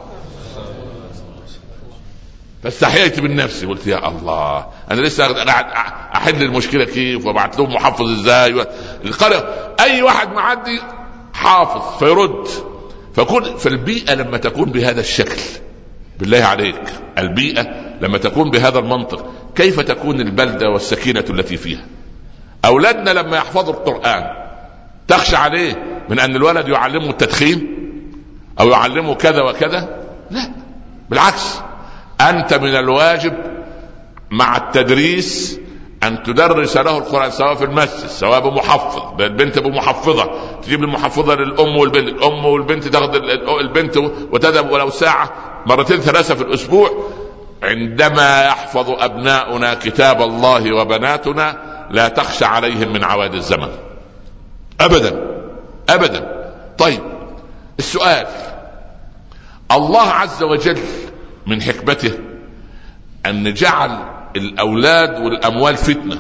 فاستحييت من نفسي، قلت يا الله انا لسه قاعد احل المشكله كيف وابعت لهم محفظ ازاي. القرية اي واحد معدي حافظ فيرد. فكون في البيئه لما تكون بهذا الشكل، بالله عليك البيئه لما تكون بهذا المنطق، كيف تكون البلده والسكينه التي فيها؟ اولادنا لما يحفظوا القران تخشى عليه من ان الولد يعلمه التدخين او يعلمه كذا وكذا؟ لا، بالعكس، انت من الواجب مع التدريس ان تدرس له القرآن، سواء في المسجد سواء بمحفظ، البنت بمحفظة تجيب المحفظة للأم والبنت، الأم والبنت تاخذ البنت وتذهب ولو ساعة مرتين ثلاثة في الأسبوع. عندما يحفظ أبناؤنا كتاب الله وبناتنا لا تخشى عليهم من عواد الزمن أبدا أبدا. طيب السؤال، الله عز وجل من حكمته أن جعل الأولاد والأموال فتنة،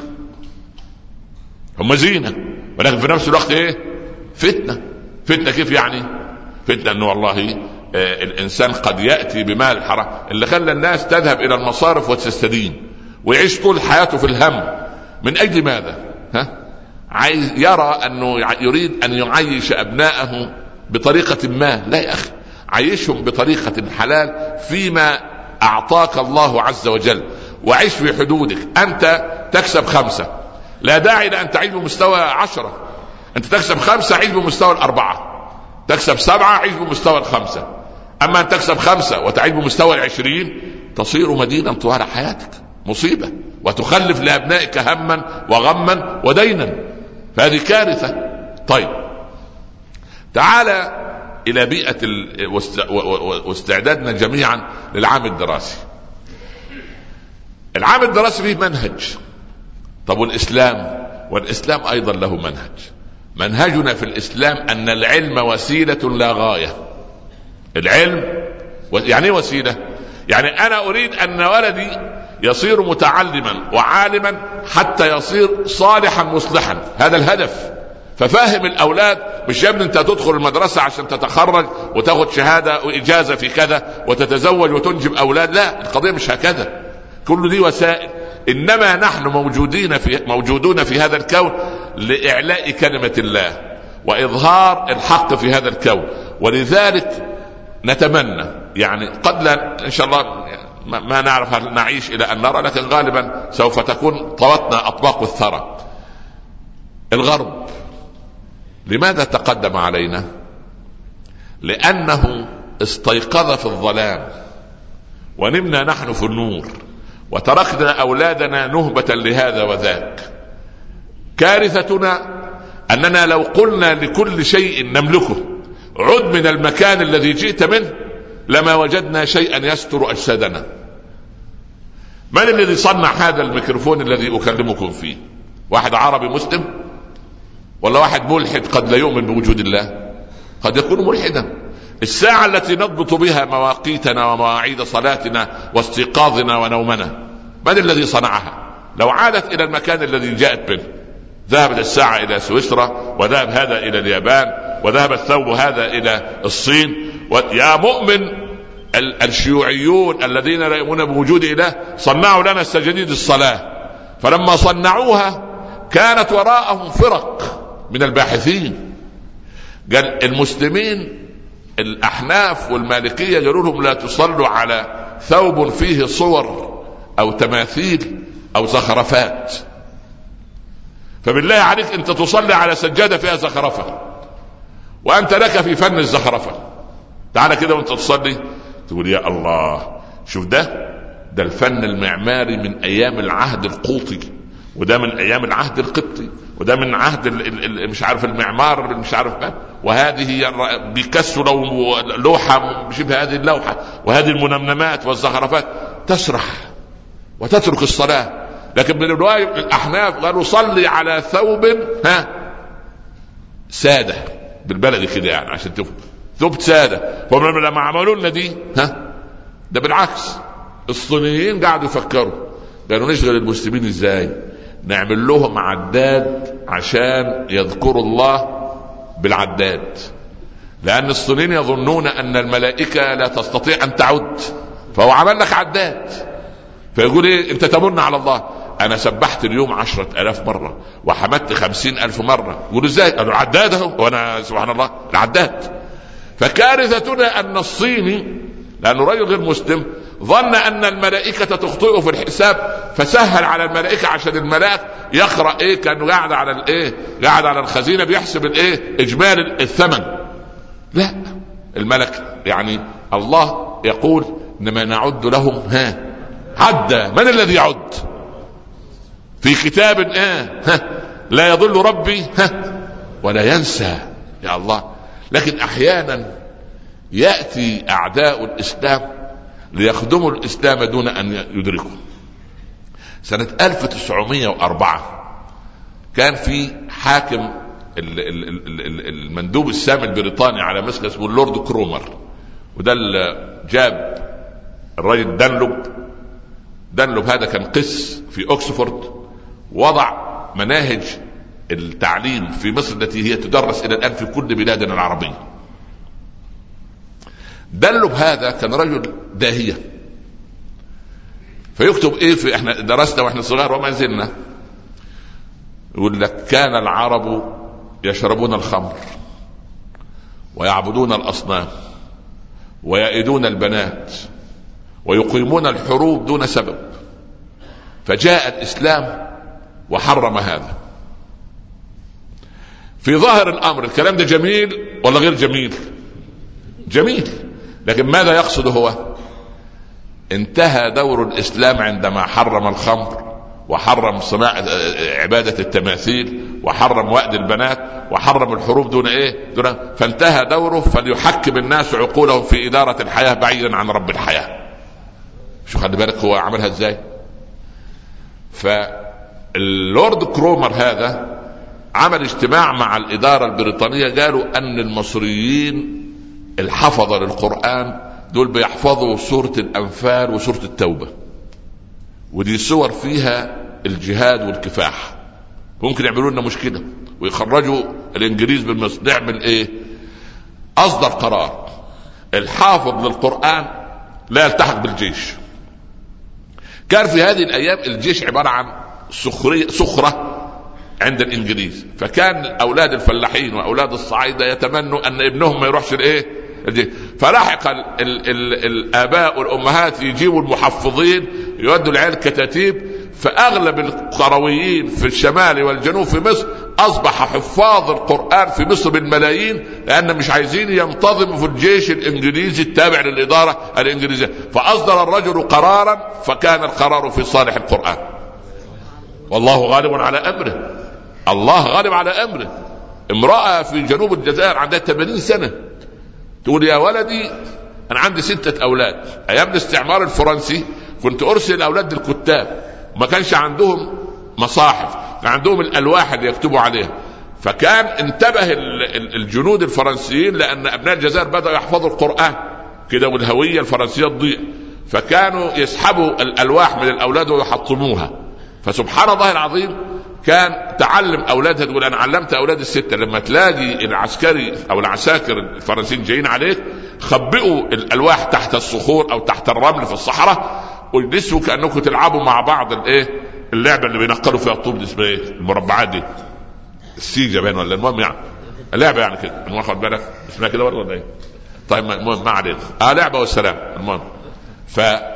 هم زينة ولكن في نفس الوقت إيه؟ فتنة. فتنة كيف يعني؟ فتنة أنه والله آه الإنسان قد يأتي بمال حرام، اللي خلى الناس تذهب إلى المصارف وتستدين ويعيش طول حياته في الهم. من أجل ماذا؟ ها؟ عايز يرى أنه يريد أن يعيش أبناءه بطريقة ما. لا يا أخي، عيشهم بطريقة حلال فيما أعطاك الله عز وجل، وعيش في حدودك. أنت تكسب خمسة، لا داعي لأن تعيش بمستوى عشرة. أنت تكسب خمسة، عيش بمستوى الأربعة. تكسب سبعة، عيش بمستوى الخمسة. أما أن تكسب خمسة وتعيش بمستوى العشرين، تصير مدينا طوال حياتك، مصيبة، وتخلف لأبنائك هما وغما ودينا، فهذه كارثة. طيب تعال إلى بيئة واستعدادنا جميعا للعام الدراسي. العام الدراسي فيه منهج. طب والإسلام؟ والإسلام أيضا له منهج. منهجنا في الإسلام أن العلم وسيلة لا غاية. العلم يعني وسيلة، يعني أنا أريد أن ولدي يصير متعلما وعالما حتى يصير صالحا مصلحا، هذا الهدف. ففاهم الأولاد، مش يا ابني أنت تدخل المدرسة عشان تتخرج وتاخد شهادة وإجازة في كذا وتتزوج وتنجب أولاد. لا، القضية مش هكذا، كل دي وسائل. إنما نحن موجودين في موجودون في هذا الكون لإعلاء كلمة الله وإظهار الحق في هذا الكون. ولذلك نتمنى، يعني قد لا إن شاء الله ما نعرف هل نعيش إلى أن نرى، لكن غالبا سوف تكون طوتنا أطباق الثرى. الغرب لماذا تقدم علينا؟ لأنه استيقظ في الظلام ونمنا نحن في النور، وتركنا أولادنا نهبة لهذا وذاك. كارثتنا أننا لو قلنا لكل شيء نملكه عد من المكان الذي جئت منه لما وجدنا شيئا يستر أجسادنا. من الذي صنع هذا الميكروفون الذي أكلمكم فيه؟ واحد عربي مسلم ولا واحد ملحد قد لا يؤمن بوجود الله؟ قد يكون ملحدا. الساعة التي نضبط بها مواقيتنا ومواعيد صلاتنا واستيقاظنا ونومنا، من الذي صنعها؟ لو عادت إلى المكان الذي جاءت منه، ذهبت الساعة إلى سويسرا، وذهب هذا إلى اليابان، وذهب الثوب هذا إلى الصين. ويا مؤمن الشيوعيون الذين لا يؤمنون بوجود إله صنعوا لنا السجاديد الصلاة، فلما صنعوها كانت وراءهم فرق من الباحثين. قال المسلمين الأحناف والمالكية قالوا لهم لا تصلوا على ثوب فيه صور أو تماثيل أو زخرفات. فبالله عليك أنت تصلي على سجادة فيها زخرفة وأنت لك في فن الزخرفة، تعال كده وأنت تصلي تقول يا الله شوف ده ده الفن المعماري من أيام العهد القوطي، وده من أيام العهد القبطي، وده من عهد مش عارف المعمار مش عارف ما، وهذه بيكسوا لو لوحة شبه هذه اللوحة، وهذه المنمنمات والزخرفات تسرح وتترك الصلاة. لكن من الرواية الأحناف قالوا صلي على ثوب ها سادة، بالبلد كده يعني عشان تفهم، ثوب سادة. فهم لما عملوا لنا دي ها ده بالعكس، الصينيين قاعدوا يفكروا قالوا نشغل المسلمين ازاي، نعمل لهم عداد عشان يذكروا الله بالعداد، لأن الصينيين يظنون أن الملائكة لا تستطيع أن تعد، فهو عمل لك عداد فيقول ايه؟ انت تمن على الله. انا سبحت اليوم عشرة الاف مرة وحمدت خمسين الف مرة. يقول ازاي؟ قالوا العداد اهو، وانا سبحان الله العداد. فكارثتنا ان الصيني لانه رجل غير مسلم ظن ان الملائكة تخطئه في الحساب، فسهل على الملائكة عشان الملاك يقرأ ايه كأنه قاعد على الايه، قاعد على الخزينة بيحسب الايه اجمال الثمن. لا، الملك يعني الله يقول انما نعد لهم ها عدا. من الذي يعد؟ في كتاب ايه ها لا يضل ربي ها ولا ينسى. يا الله. لكن احيانا يأتي اعداء الاسلام ليخدموا الاسلام دون ان يدركوا. سنة ألف وتسعمائة وأربعة كان في حاكم المندوب السامي البريطاني على مصر اسمه اللورد كرومر، وده اللي جاب الرجل دانلوب. دانلوب هذا كان قس في اوكسفورد، وضع مناهج التعليم في مصر التي هي تدرس الى الان في كل بلادنا العربية. دانلوب هذا كان رجل داهية، فيكتب ايه في احنا درسنا واحنا صغار وما زلنا، يقول لك كان العرب يشربون الخمر ويعبدون الاصنام ويئدون البنات ويقيمون الحروب دون سبب، فجاء الاسلام وحرم هذا. في ظاهر الامر الكلام ده جميل ولا غير جميل؟ جميل. لكن ماذا يقصد هو؟ انتهى دور الاسلام عندما حرم الخمر وحرم صناعة عبادة التماثيل وحرم وأد البنات وحرم الحروب دون ايه دون، فانتهى دوره. فليحكم الناس عقولهم في إدارة الحياة بعيدا عن رب الحياة. شو خلي بالك هو عملها ازاي. فاللورد كرومر هذا عمل اجتماع مع الإدارة البريطانية، قالوا أن المصريين الحفظة للقرآن دول بيحفظوا سورة الأنفال وسورة التوبة، ودي صور فيها الجهاد والكفاح، ممكن يعملوا لنا مشكلة ويخرجوا الإنجليز بالمصر. نعمل إيه؟ أصدر قرار الحافظ للقرآن لا يلتحق بالجيش. كان في هذه الأيام الجيش عبارة عن سخرية سخرة عند الإنجليز، فكان أولاد الفلاحين وأولاد الصعايدة يتمنوا أن ابنهم ما يروحش الإيه الجيش. فلاحق ال ال ال الآباء والأمهات يجيبوا المحفظين يودوا العيال كتاتيب. فأغلب القرويين في الشمال والجنوب في مصر أصبح حفاظ القرآن في مصر بالملايين، لأن مش عايزين ينتظموا في الجيش الإنجليزي التابع للإدارة الإنجليزية. فأصدر الرجل قرارا فكان القرار في صالح القرآن. والله غالب على أمره. الله غالب على أمره. امرأة في جنوب الجزائر عندها ثمانين سنة تقول يا ولدي أنا عندي ستة أولاد، أيام الاستعمار الفرنسي كنت أرسل الأولاد للكتاب، ما كانش عندهم مصاحف، كان عندهم الألواح اللي يكتبوا عليها. فكان انتبه الجنود الفرنسيين لأن أبناء الجزائر بدأوا يحفظوا القرآن كده والهوية الفرنسية تضيع، فكانوا يسحبوا الألواح من الأولاد ويحطموها. فسبحان الله العظيم كان تعلم أولادها، تقول أنا علمت أولاد الستة لما تلاقي العسكري أو العساكر الفرنسيين جايين عليك خبئوا الألواح تحت الصخور أو تحت الرمل في الصحراء وجلسوا كأنكم تلعبوا مع بعض الايه اللعبة اللي بينقلوا فيها الطوب دي اسمها ايه المربعات دي السيجة بين ولا المهم يعني اللعبة يعني كده المهم خد بالك اسمها كده ولا ايه. طيب المهم ما علينا اه لعبة والسلام. المهم ف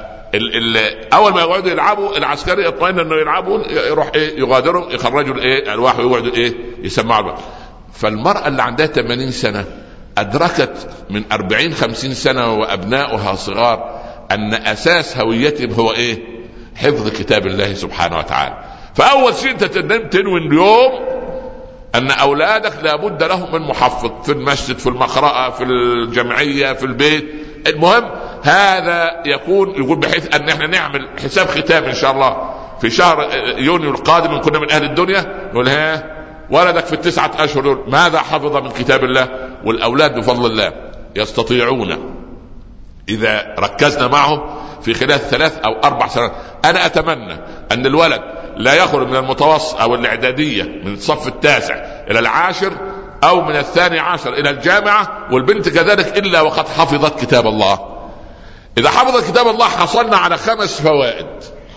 ال ال اول ما يقعدوا يلعبوا العسكري يطمئن انه يلعبون يروح ايه يغادروا يخرجوا الايه الواح ويقعدوا ايه يسمعوا الواح. فالمرأة اللي عندها ثمانين سنة ادركت من أربعين خمسين سنة وابنائها صغار ان اساس هويتهم هو ايه حفظ كتاب الله سبحانه وتعالى. فاول شيء انت تنوي اليوم ان اولادك لابد لهم من محفظ في المسجد في المقرأة في الجمعية في البيت. المهم هذا يكون يقول بحيث ان احنا نعمل حساب ختام ان شاء الله في شهر يونيو القادم ان كنا من اهل الدنيا نقول ها ولدك في التسعة اشهر ماذا حفظ من كتاب الله. والاولاد بفضل الله يستطيعون اذا ركزنا معهم في خلال ثلاث او اربع سنوات. انا اتمنى ان الولد لا يخرج من المتوسط او الاعدادية من الصف التاسع الى العاشر او من الثاني عشر الى الجامعة والبنت كذلك الا وقد حفظت كتاب الله. اذا حفظت كتاب الله حصلنا على خمس فوائد.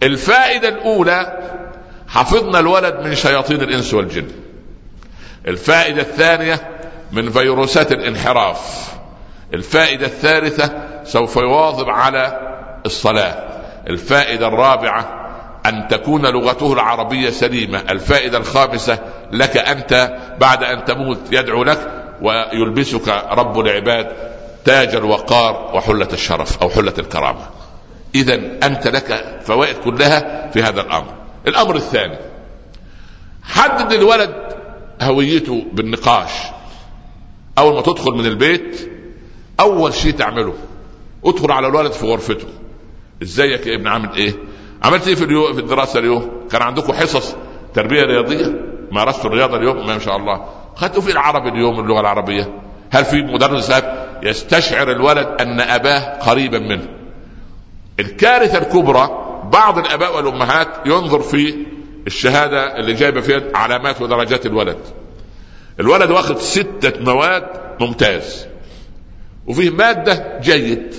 الفائدة الأولى حفظنا الولد من شياطين الإنس والجن. الفائدة الثانية من فيروسات الانحراف. الفائدة الثالثة سوف يواظب على الصلاة. الفائدة الرابعة أن تكون لغته العربية سليمة. الفائدة الخامسة لك أنت بعد أن تموت يدعو لك ويلبسك رب العباد تاج الوقار وحلة الشرف أو حلة الكرامة. إذن أنت لك فوائد كلها في هذا الأمر. الأمر الثاني، حدد الولد هويته بالنقاش. أول ما تدخل من البيت أول شيء تعمله ادخل على الولد في غرفته. ازيك يا ابن، عامل ايه؟ عملت ايه في اليوم في الدراسة اليوم؟ كان عندكم حصص تربية رياضية؟ مارستوا الرياضة اليوم؟ ما شاء الله. خدتوا في العربي اليوم اللغة العربية؟ هل في مدرس هاب يستشعر الولد أن أباه قريبا منه؟ الكارثة الكبرى بعض الآباء والأمهات ينظر في الشهادة اللي جايبة فيها علامات ودرجات الولد. الولد واخد ستة مواد ممتاز وفيه مادة جيد.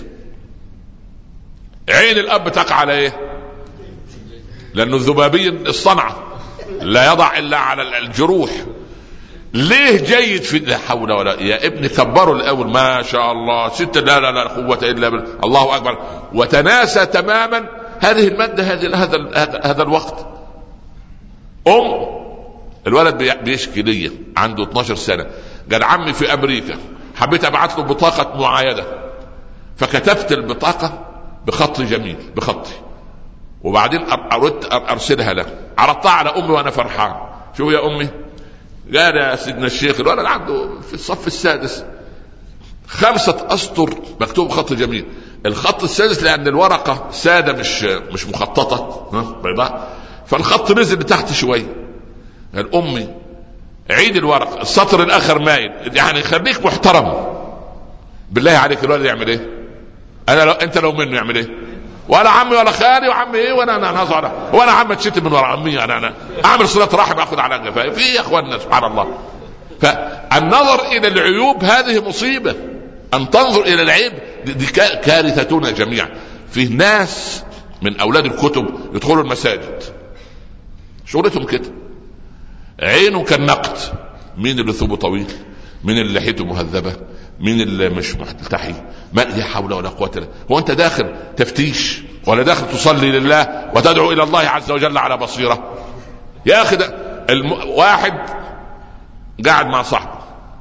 عين الأب تقع على ايه؟ لأنه الذبابي الصنعة لا يضع إلا على الجروح. ليه جيد في لا حول ولا يا ابني كبروا الأول ما شاء الله ستة لا لا لا قوة إلا بالله الله أكبر، وتناسى تماما هذه المادة هذه هذا هذا الوقت. أم الولد بيشكي لي عنده اثناشر سنة، قال عمي في أمريكا حبيت أبعث له بطاقة معايدة فكتبت البطاقة بخط جميل بخطي وبعدين أردت أرسلها له، عرضتها على أمي وأنا فرحان. شو يا أمي؟ قال يا سيدنا الشيخ الولد عنده في الصف السادس خمسة أسطر مكتوب خط جميل. الخط السادس لأن الورقة سادة مش مش مخططة بيضاء فالخط نزل لتحت شوي. قال أمي عيد الورق السطر الآخر مايل، يعني خليك محترم. بالله عليك الولد يعمل إيه؟ أنا لو أنت لو منه يعمل إيه؟ ولا عمي ولا خالي وعمي ايه وانا انا نظر وانا عم تشتم من ورا عمي انا انا اعمل صلاه رحم اخذ على قفاي في يا اخواننا سبحان الله. فالنظر الى العيوب هذه مصيبه. ان تنظر الى العيب دي كارثتنا جميعا. في ناس من اولاد الكتب يدخلوا المساجد شغلتهم كده عينه كالنقد. مين اللي ثوبه طويل؟ مين اللي لحيته مهذبه؟ مين اللي مش ملتحي؟ ما لا حول ولا قوة الا. هو انت داخل تفتيش ولا داخل تصلي لله وتدعو الى الله عز وجل على بصيرة؟ يا اخي ده الم... واحد قاعد مع صاحبه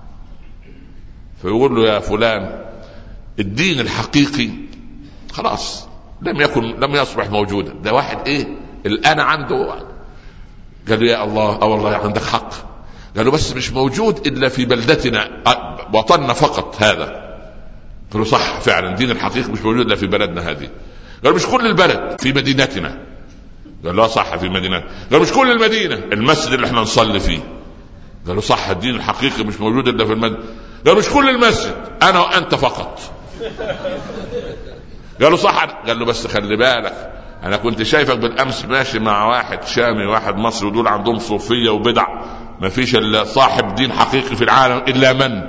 فيقول له يا فلان الدين الحقيقي خلاص لم يكن لم يصبح موجودا. ده واحد ايه الان عنده. قال له يا الله اه والله عندك حق. قالوا بس مش موجود إلا في بلدتنا وطننا فقط هذا. قالوا صح فعلا الدين الحقيقي مش موجود إلا في بلدنا هذه. قالوا مش كل البلد في مدينتنا. قالوا صح في مدينتنا. قالوا مش كل المدينة المسجد اللي احنا نصلي فيه. قالوا صح الدين الحقيقي مش موجود إلا في المدينة. قالوا مش كل المسجد أنا وأنت فقط. قالوا صح. قال له بس خلي بالك أنا كنت شايفك بالأمس ماشي مع واحد شامي واحد مصري ودول عندهم صوفية وبدع. ما فيش الا صاحب دين حقيقي في العالم الا من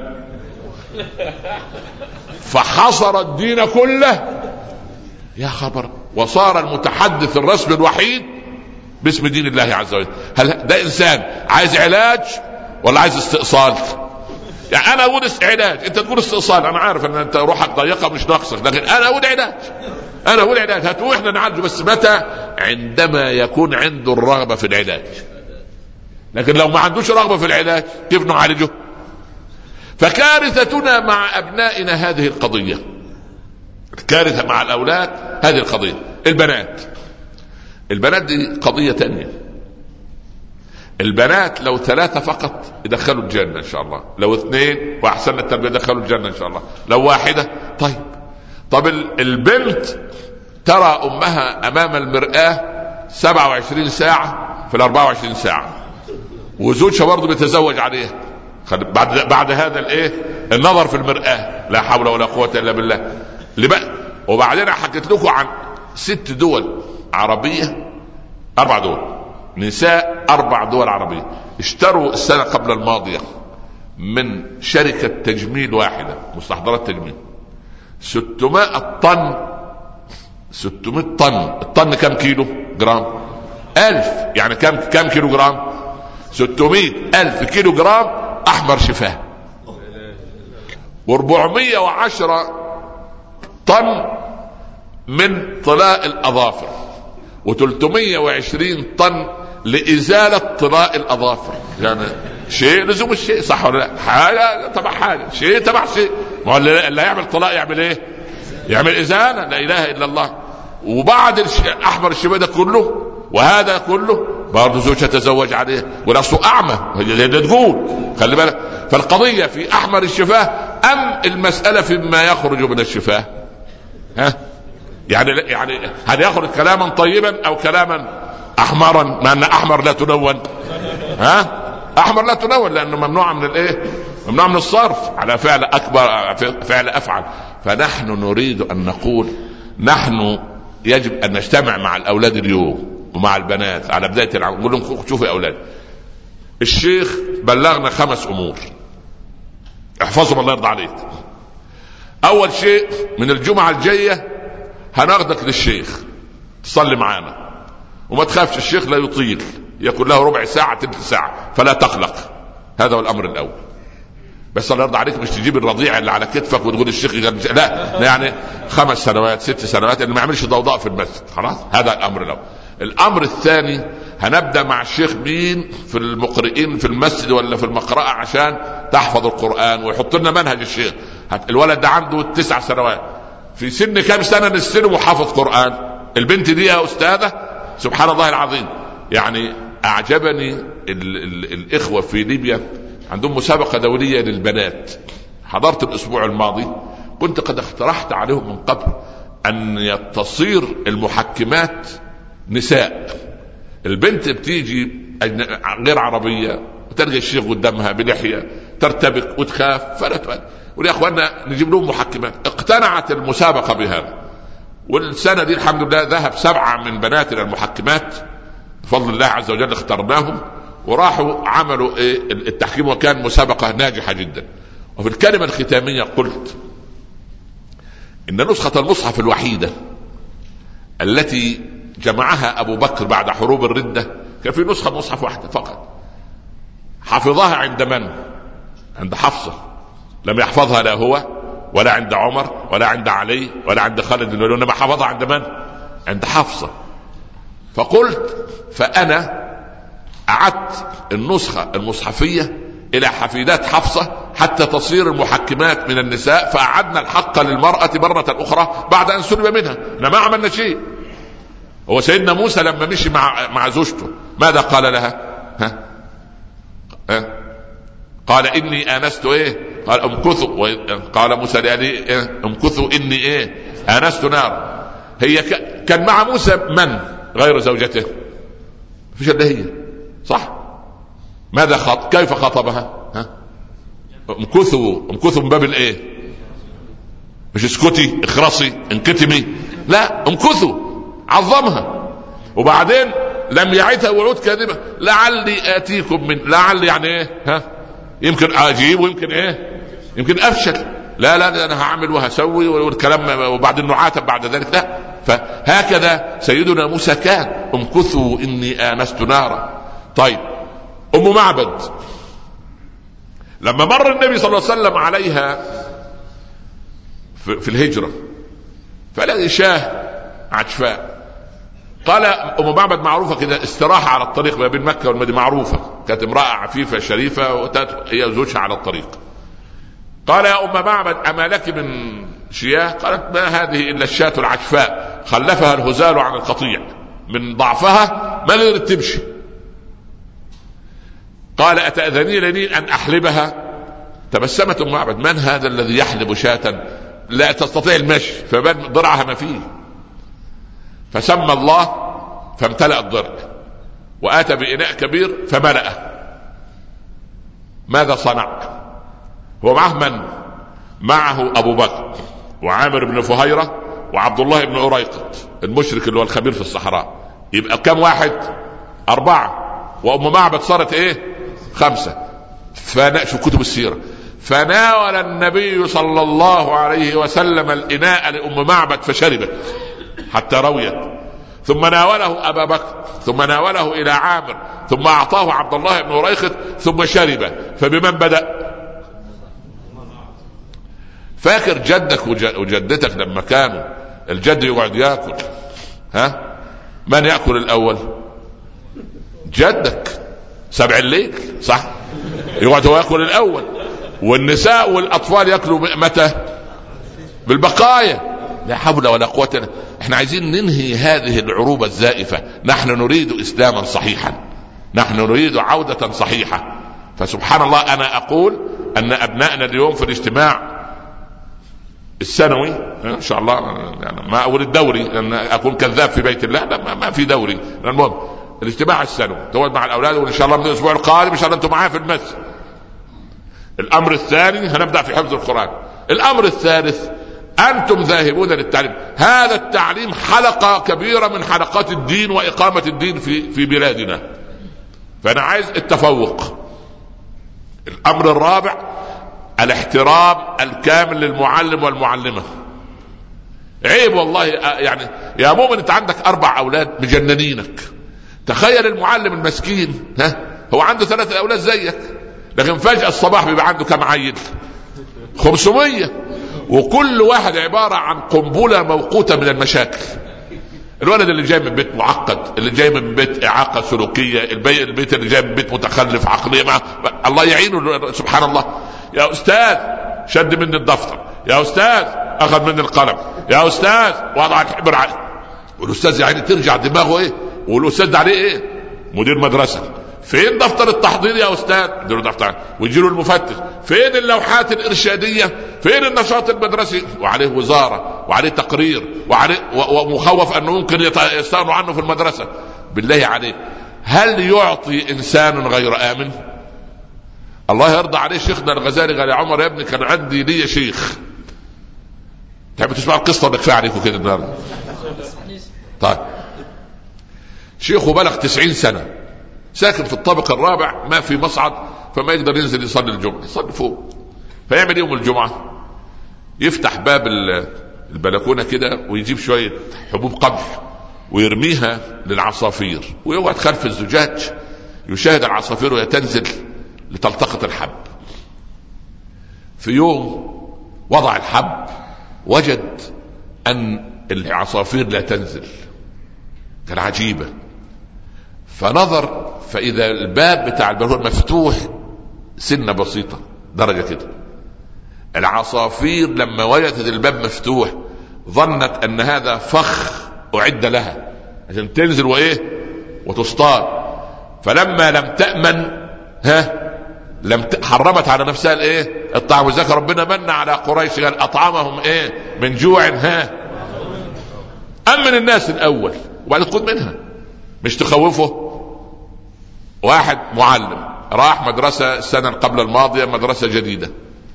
فحصر الدين كله. يا خبر. وصار المتحدث الرسمي الوحيد باسم دين الله عز وجل. هل ده انسان عايز علاج ولا عايز استئصال؟ يعني انا اقول علاج انت تقول استئصال. انا عارف ان انت روحك ضيقه مش ناقصك لكن انا اقول علاج. انا اقول علاج هاتوا احنا نعالجه بس متى؟ عندما يكون عنده الرغبه في العلاج. لكن لو ما عندوش رغبة في العلاج كيف نعالجه؟ فكارثتنا مع أبنائنا هذه القضية. الكارثة مع الأولاد هذه القضية. البنات البنات دي قضية تانية. البنات لو ثلاثة فقط يدخلوا الجنة إن شاء الله. لو اثنين وأحسن التربية يدخلوا الجنة إن شاء الله. لو واحدة طيب. طب البنت ترى أمها أمام المرآة سبعة وعشرين ساعة في الأربعة وعشرين ساعة وزوجها برضه بيتزوج عليها بعد بعد هذا الايه النظر في المرآة. لا حول ولا قوة الا بالله. وبعدين حكيت لكم عن ست دول عربية اربع دول نساء اربع دول عربية اشتروا السنة قبل الماضية من شركة تجميل واحدة مستحضرات تجميل ستمائة طن ستمائة طن. الطن كم كيلو جرام؟ ألف. يعني كم كم كيلو جرام؟ ستمائة ألف كيلو جرام أحمر شفاه. وأربعمائة وعشرة طن من طلاء الأظافر، وثلاثمائة وعشرين طن لإزالة طلاء الأظافر. يعني شيء لزوم الشيء، صح ولا لا؟ حاجة تبع حاجة، شيء تبع شيء. ما اللي يعمل طلاء يعمل ايه؟ يعمل إزالة. لا إله إلا الله. وبعد أحمر الشفاه ده كله وهذا كله برضه زوجها تزوج عليه ورأسه أعمى. هي تقول خلي بالك. فالقضية في أحمر الشفاه أم المسألة فيما يخرج من الشفاه؟ ها؟ يعني يعني هل يخرج كلاما طيبا أو كلاما أحمرا؟ ما أن أحمر لا تلون. ها؟ أحمر لا تلون لأنه ممنوع من الإيه؟ ممنوع من الصرف على فعل أكبر، فعل أفعل. فنحن نريد أن نقول نحن يجب أن نجتمع مع الأولاد اليوم ومع البنات على بداية العام، نقول لهم شوفوا يا أولاد، الشيخ بلغنا خمس أمور احفظهم الله يرضى عليك. أول شيء، من الجمعة الجاية هناخدك للشيخ تصلي معانا، وما تخافش الشيخ لا يطيل، يكون له ربع ساعة تلت ساعة، فلا تقلق. هذا هو الأمر الأول. بس الله يرضى عليك مش تجيب الرضيع اللي على كتفك وتقول الشيخ يغني. لا، يعني خمس سنوات ست سنوات اللي ما يعملش ضوضاء في المسجد. خلاص، هذا الأمر الأول. الأمر الثاني، هنبدأ مع الشيخ مين في المقرئين في المسجد ولا في المقرأة عشان تحفظ القرآن، ويحط لنا منهج الشيخ. الولد ده عنده تسع سنوات، في سن كم سنة نستلم وحافظ قرآن؟ البنت دي يا أستاذة سبحان الله العظيم. يعني أعجبني ال ال الإخوة في ليبيا عندهم مسابقة دولية للبنات، حضرت الأسبوع الماضي. كنت قد اقترحت عليهم من قبل أن تصير المحكمات نساء. البنت بتيجي غير عربية وتلقى الشيخ قدامها بلحية ترتبك وتخاف، فلا تقول يا أخوانا نجيب لهم محكمات. اقتنعت المسابقة بهذا، والسنة دي الحمد لله ذهب سبعة من بناتنا المحكمات بفضل الله عز وجل، اخترناهم وراحوا عملوا ايه التحكيم، وكان مسابقة ناجحة جدا. وفي الكلمة الختامية قلت ان نسخة المصحف الوحيدة التي جمعها ابو بكر بعد حروب الردة كان في نسخة مصحف واحدة فقط، حفظها عند من؟ عند حفصة. لم يحفظها لا هو ولا عند عمر ولا عند علي ولا عند خالد بن الوليد، انما حفظها عند من؟ عند حفصة. فقلت فأنا أعدت النسخة المصحفية إلى حفيدات حفصة حتى تصير المحكمات من النساء، فأعدنا الحق للمرأة مرة أخرى بعد أن سلب منها. ما عملنا شيء. هو سيدنا موسى لما مشي مع مع زوجته ماذا قال لها؟ ها؟ ها؟ قال إني آنست إيه؟ قال امكثوا. قال موسى لأهله إيه؟ امكثوا إني إيه؟ آنست نار. هي ك... كان مع موسى من غير زوجته؟ فيش إلا هي، صح؟ ماذا خط... كيف خاطبها؟ ها؟ امكثوا. امكثوا من باب الايه؟ مش اسكتي اخرسي انكتمي، لا، امكثوا، عظمها. وبعدين لم يعدها وعود كاذبه، لعلي اتيكم من، لعلي يعني ايه؟ ها؟ يمكن اجيب ويمكن ايه؟ يمكن افشل. لا لا انا هعمل وهسوي والكلام، وبعدين نعاتب بعد ذلك. لا، فهكذا سيدنا موسى كان، امكثوا اني آنست نارا. طيب، ام معبد لما مر النبي صلى الله عليه وسلم عليها في الهجرة فلقي شاه عجفاء. قال ام معبد معروفة كده استراحة على الطريق ما بين مكة والمدينة، معروفة، كانت امرأة عفيفة شريفة وتات هي زوجها على الطريق. قال يا ام معبد اما لك من شياه؟ قالت ما هذه الا الشاة العجفاء خلفها الهزال عن القطيع، من ضعفها ما قدرت تمشي. قال أتأذنين لي أن أحلبها؟ تبسمت أم معبد، من هذا الذي يحلب شاة لا تستطيع المشي فبان ضرعها ما فيه؟ فسمى الله فامتلأ الضرع، وآتى بإناء كبير فملأه. ماذا صنع؟ هو معه من؟ معه أبو بكر وعامر بن فهيرة وعبد الله بن أريقط المشرك اللي هو الخبير في الصحراء. يبقى كم واحد؟ أربعة. وأم معبد صارت إيه؟ خمسة. فنأشوا كتب السيرة، فناول النبي صلى الله عليه وسلم الإناء لأم معبد فشربت. حتى رويت، ثم ناوله أبا بكر، ثم ناوله إلى عامر، ثم أعطاه عبد الله بن ريخت، ثم شرب. فبمن بدأ؟ فاكر جدك وجدتك لما كانوا الجد يقعد يأكل، ها من يأكل الأول؟ جدك سبع الليل، صح؟ يقعد هو يأكل الأول، والنساء والأطفال يأكلوا متى؟ بالبقايا. لا حول ولا قوة إلا بالله. احنا عايزين ننهي هذه العروبة الزائفة. نحن نريد إسلاما صحيحا، نحن نريد عودة صحيحة. فسبحان الله، أنا أقول أن أبنائنا اليوم في الاجتماع السنوي ان شاء الله، يعني ما اقول الدوري لان اكون كذاب في بيت الله، لا ما في دوري، المهم الاجتماع السنوي تقعد مع الاولاد، وان شاء الله من الاسبوع القادم ان شاء الله انتم معايا في المسجد. الامر الثاني هنبدا في حفظ القران. الامر الثالث انتم ذاهبون للتعليم. هذا التعليم حلقه كبيره من حلقات الدين واقامه الدين في في بلادنا، فانا عايز التفوق. الامر الرابع الاحترام الكامل للمعلم والمعلمة. عيب والله، يعني يا مؤمن انت عندك اربع اولاد مجننينك، تخيل المعلم المسكين، ها هو عنده ثلاثة اولاد زيك، لكن فجأة الصباح بيبقى عنده كم عيل؟ خمسمية، وكل واحد عبارة عن قنبلة موقوتة من المشاكل. الولد اللي جاي من بيت معقد، اللي جاي من بيت اعاقة سلوكية، البيت اللي جاي من بيت متخلف عقلية، مع الله يعينه سبحان الله. يا استاذ شد مني الدفتر، يا استاذ اخذ مني القلم، يا استاذ وضع الحبر عليه. والاستاذ يعني ترجع دماغه ايه، والاستاذ ده عليه ايه؟ مدير مدرسه. فين دفتر التحضير يا استاذ؟ اديله دفتر. ويجيله المفتش. فين اللوحات الارشاديه؟ فين النشاط المدرسي؟ وعليه وزاره، وعليه تقرير، وعليه ومخوف انه ممكن يستغنوا عنه في المدرسه. بالله عليك، هل يعطي انسان غير امن؟ الله يرضى عليه شيخنا الغزالي قال يا عمر يا ابني كان عندي لي شيخ. تحب تسمع القصه ولا كفايه عليكم كده النهارده؟ طيب، شيخه بلغ تسعين سنه، ساكن في الطابق الرابع، ما في مصعد، فما يقدر ينزل يصلي الجمعه، يصلي فوق. فيعمل يوم الجمعه يفتح باب البلكونه كده ويجيب شويه حبوب قمح ويرميها للعصافير، ويقعد خلف الزجاج يشاهد العصافير وهي تنزل لتلتقط الحب. في يوم وضع الحب وجد ان العصافير لا تنزل، كان عجيبة. فنظر فاذا الباب بتاع البلكونه مفتوح سنة بسيطة درجة كده. العصافير لما وجدت الباب مفتوح ظنت ان هذا فخ اعد لها عشان تنزل وايه وتصطاد. فلما لم تأمن ها لم حرمت على نفسها الايه الطعام. وذكر ربنا من على قريش قال اطعمهم ايه من جوع، ها امن الناس الاول وبعدين خذ منها، مش تخوفه. واحد معلم راح مدرسة السنة قبل الماضية، مدرسة جديدة،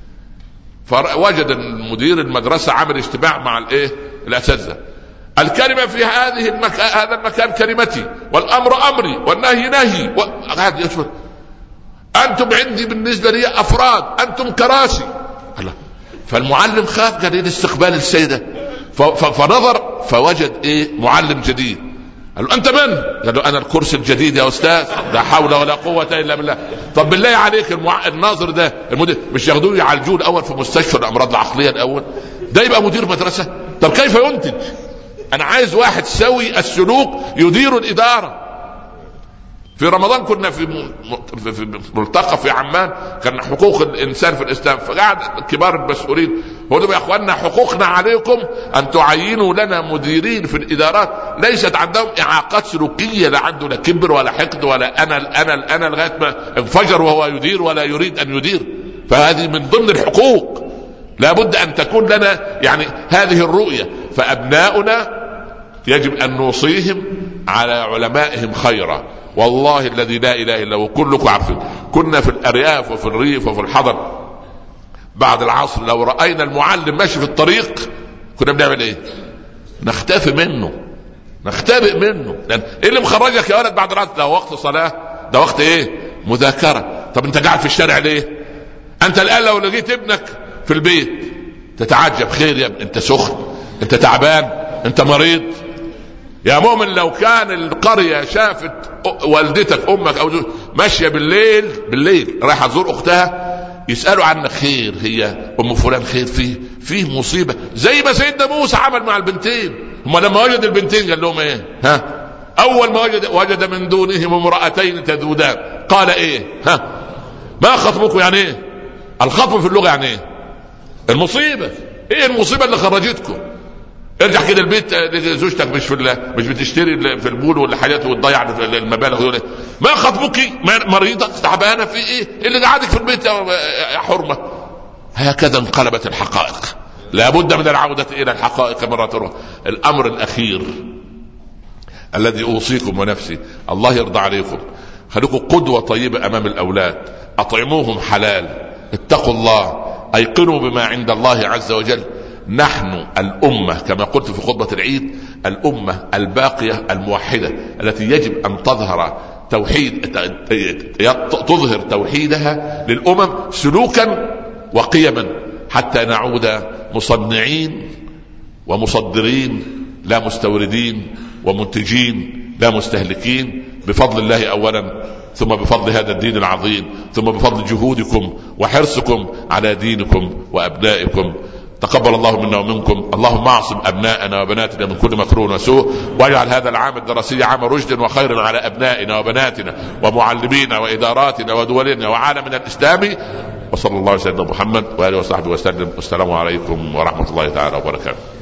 فوجد المدير المدرسة عمل اجتماع مع الايه الاساتذة. الكلمة في هذه المكان، هذا المكان كلمتي، والامر امري، والنهي نهي، وقعد يشوف انتم عندي بالنسبة لي افراد، انتم كراسي. فالمعلم خاف، قال ايه استقبال السيدة؟ فنظر فوجد ايه معلم جديد. قال له انت من؟ قال له انا الكرسي الجديد يا استاذ. لا حول ولا قوة الا بالله. طب بالله عليك المع... الناظر ده المدير مش ياخدوه يعالجوه الاول في مستشفى الامراض العقلية الاول؟ ده يبقى مدير مدرسة؟ طب كيف ينتج؟ انا عايز واحد سوي السلوك يدير الادارة. في رمضان كنا في ملتقى في عمان، كان حقوق الانسان في الاسلام، فقعد كبار المسؤولين يقولوا يا اخواننا حقوقنا عليكم ان تعينوا لنا مديرين في الادارات ليست عندهم اعاقات سلوكيه، لا عنده لا كبر ولا حقد ولا انا انا انا لغايه ما انفجر وهو يدير ولا يريد ان يدير. فهذه من ضمن الحقوق، لابد ان تكون لنا يعني هذه الرؤيه. فابناؤنا يجب ان نوصيهم على علمائهم خيرا. والله الذي لا اله الا هو كلكم عارفين، كنا في الارياف وفي الريف وفي الحضر بعد العصر لو راينا المعلم ماشي في الطريق كنا بنعمل ايه؟ نختفي منه، نختبئ منه. لان ايه اللي مخرجك يا ولد بعد العصر؟ ده وقت صلاه، ده وقت ايه؟ مذاكره. طب انت قاعد في الشارع ليه؟ انت الان لو لقيت ابنك في البيت تتعجب، خير يا ابني انت سخن، انت تعبان، انت مريض يا مؤمن. لو كان القرية شافت والدتك امك او ماشية بالليل بالليل رايحة تزور اختها يسألوا عنك خير، هي ام فلان خير، فيه فيه مصيبة، زي ما سيدنا موسى عمل مع البنتين. هم لما وجد البنتين قال لهم ايه؟ ها اول ما وجد وجد من دونهم امرأتين تذودان قال ايه؟ ها ما خطبكم؟ يعني ايه الخطب في اللغة؟ يعني ايه المصيبة؟ ايه المصيبة اللي خرجتكم؟ ارجع كده البيت زوجتك مش في مش بتشتري في البول ولا حاجات وتضيع المبالغ، ما خطبك؟ مريضة تعبانة في ايه اللي قعدك في البيت يا حرمة؟ هكذا انقلبت الحقائق. لابد من العودة الى الحقائق مرة أخرى. الامر الاخير الذي اوصيكم ونفسي، الله يرضى عليكم، خليكم قدوة طيبة امام الاولاد، اطعموهم حلال، اتقوا الله، ايقنوا بما عند الله عز وجل. نحن الأمة كما قلت في خطبة العيد، الأمة الباقية الموحدة التي يجب أن تظهر توحيد تظهر توحيدها للأمم سلوكا وقيما، حتى نعود مصنعين ومصدرين لا مستوردين، ومنتجين لا مستهلكين، بفضل الله أولا، ثم بفضل هذا الدين العظيم، ثم بفضل جهودكم وحرصكم على دينكم وأبنائكم. تقبل الله منا ومنكم. اللهم اعصم أبناءنا وبناتنا من كل مكروه وسوء، واجعل هذا العام الدراسي عام رشد وخير على أبنائنا وبناتنا ومعلمينا وإداراتنا ودولنا وعالمنا الإسلامي. وصلى الله على سيدنا محمد وآله وصحبه وسلم. والسلام عليكم ورحمة الله تعالى وبركاته.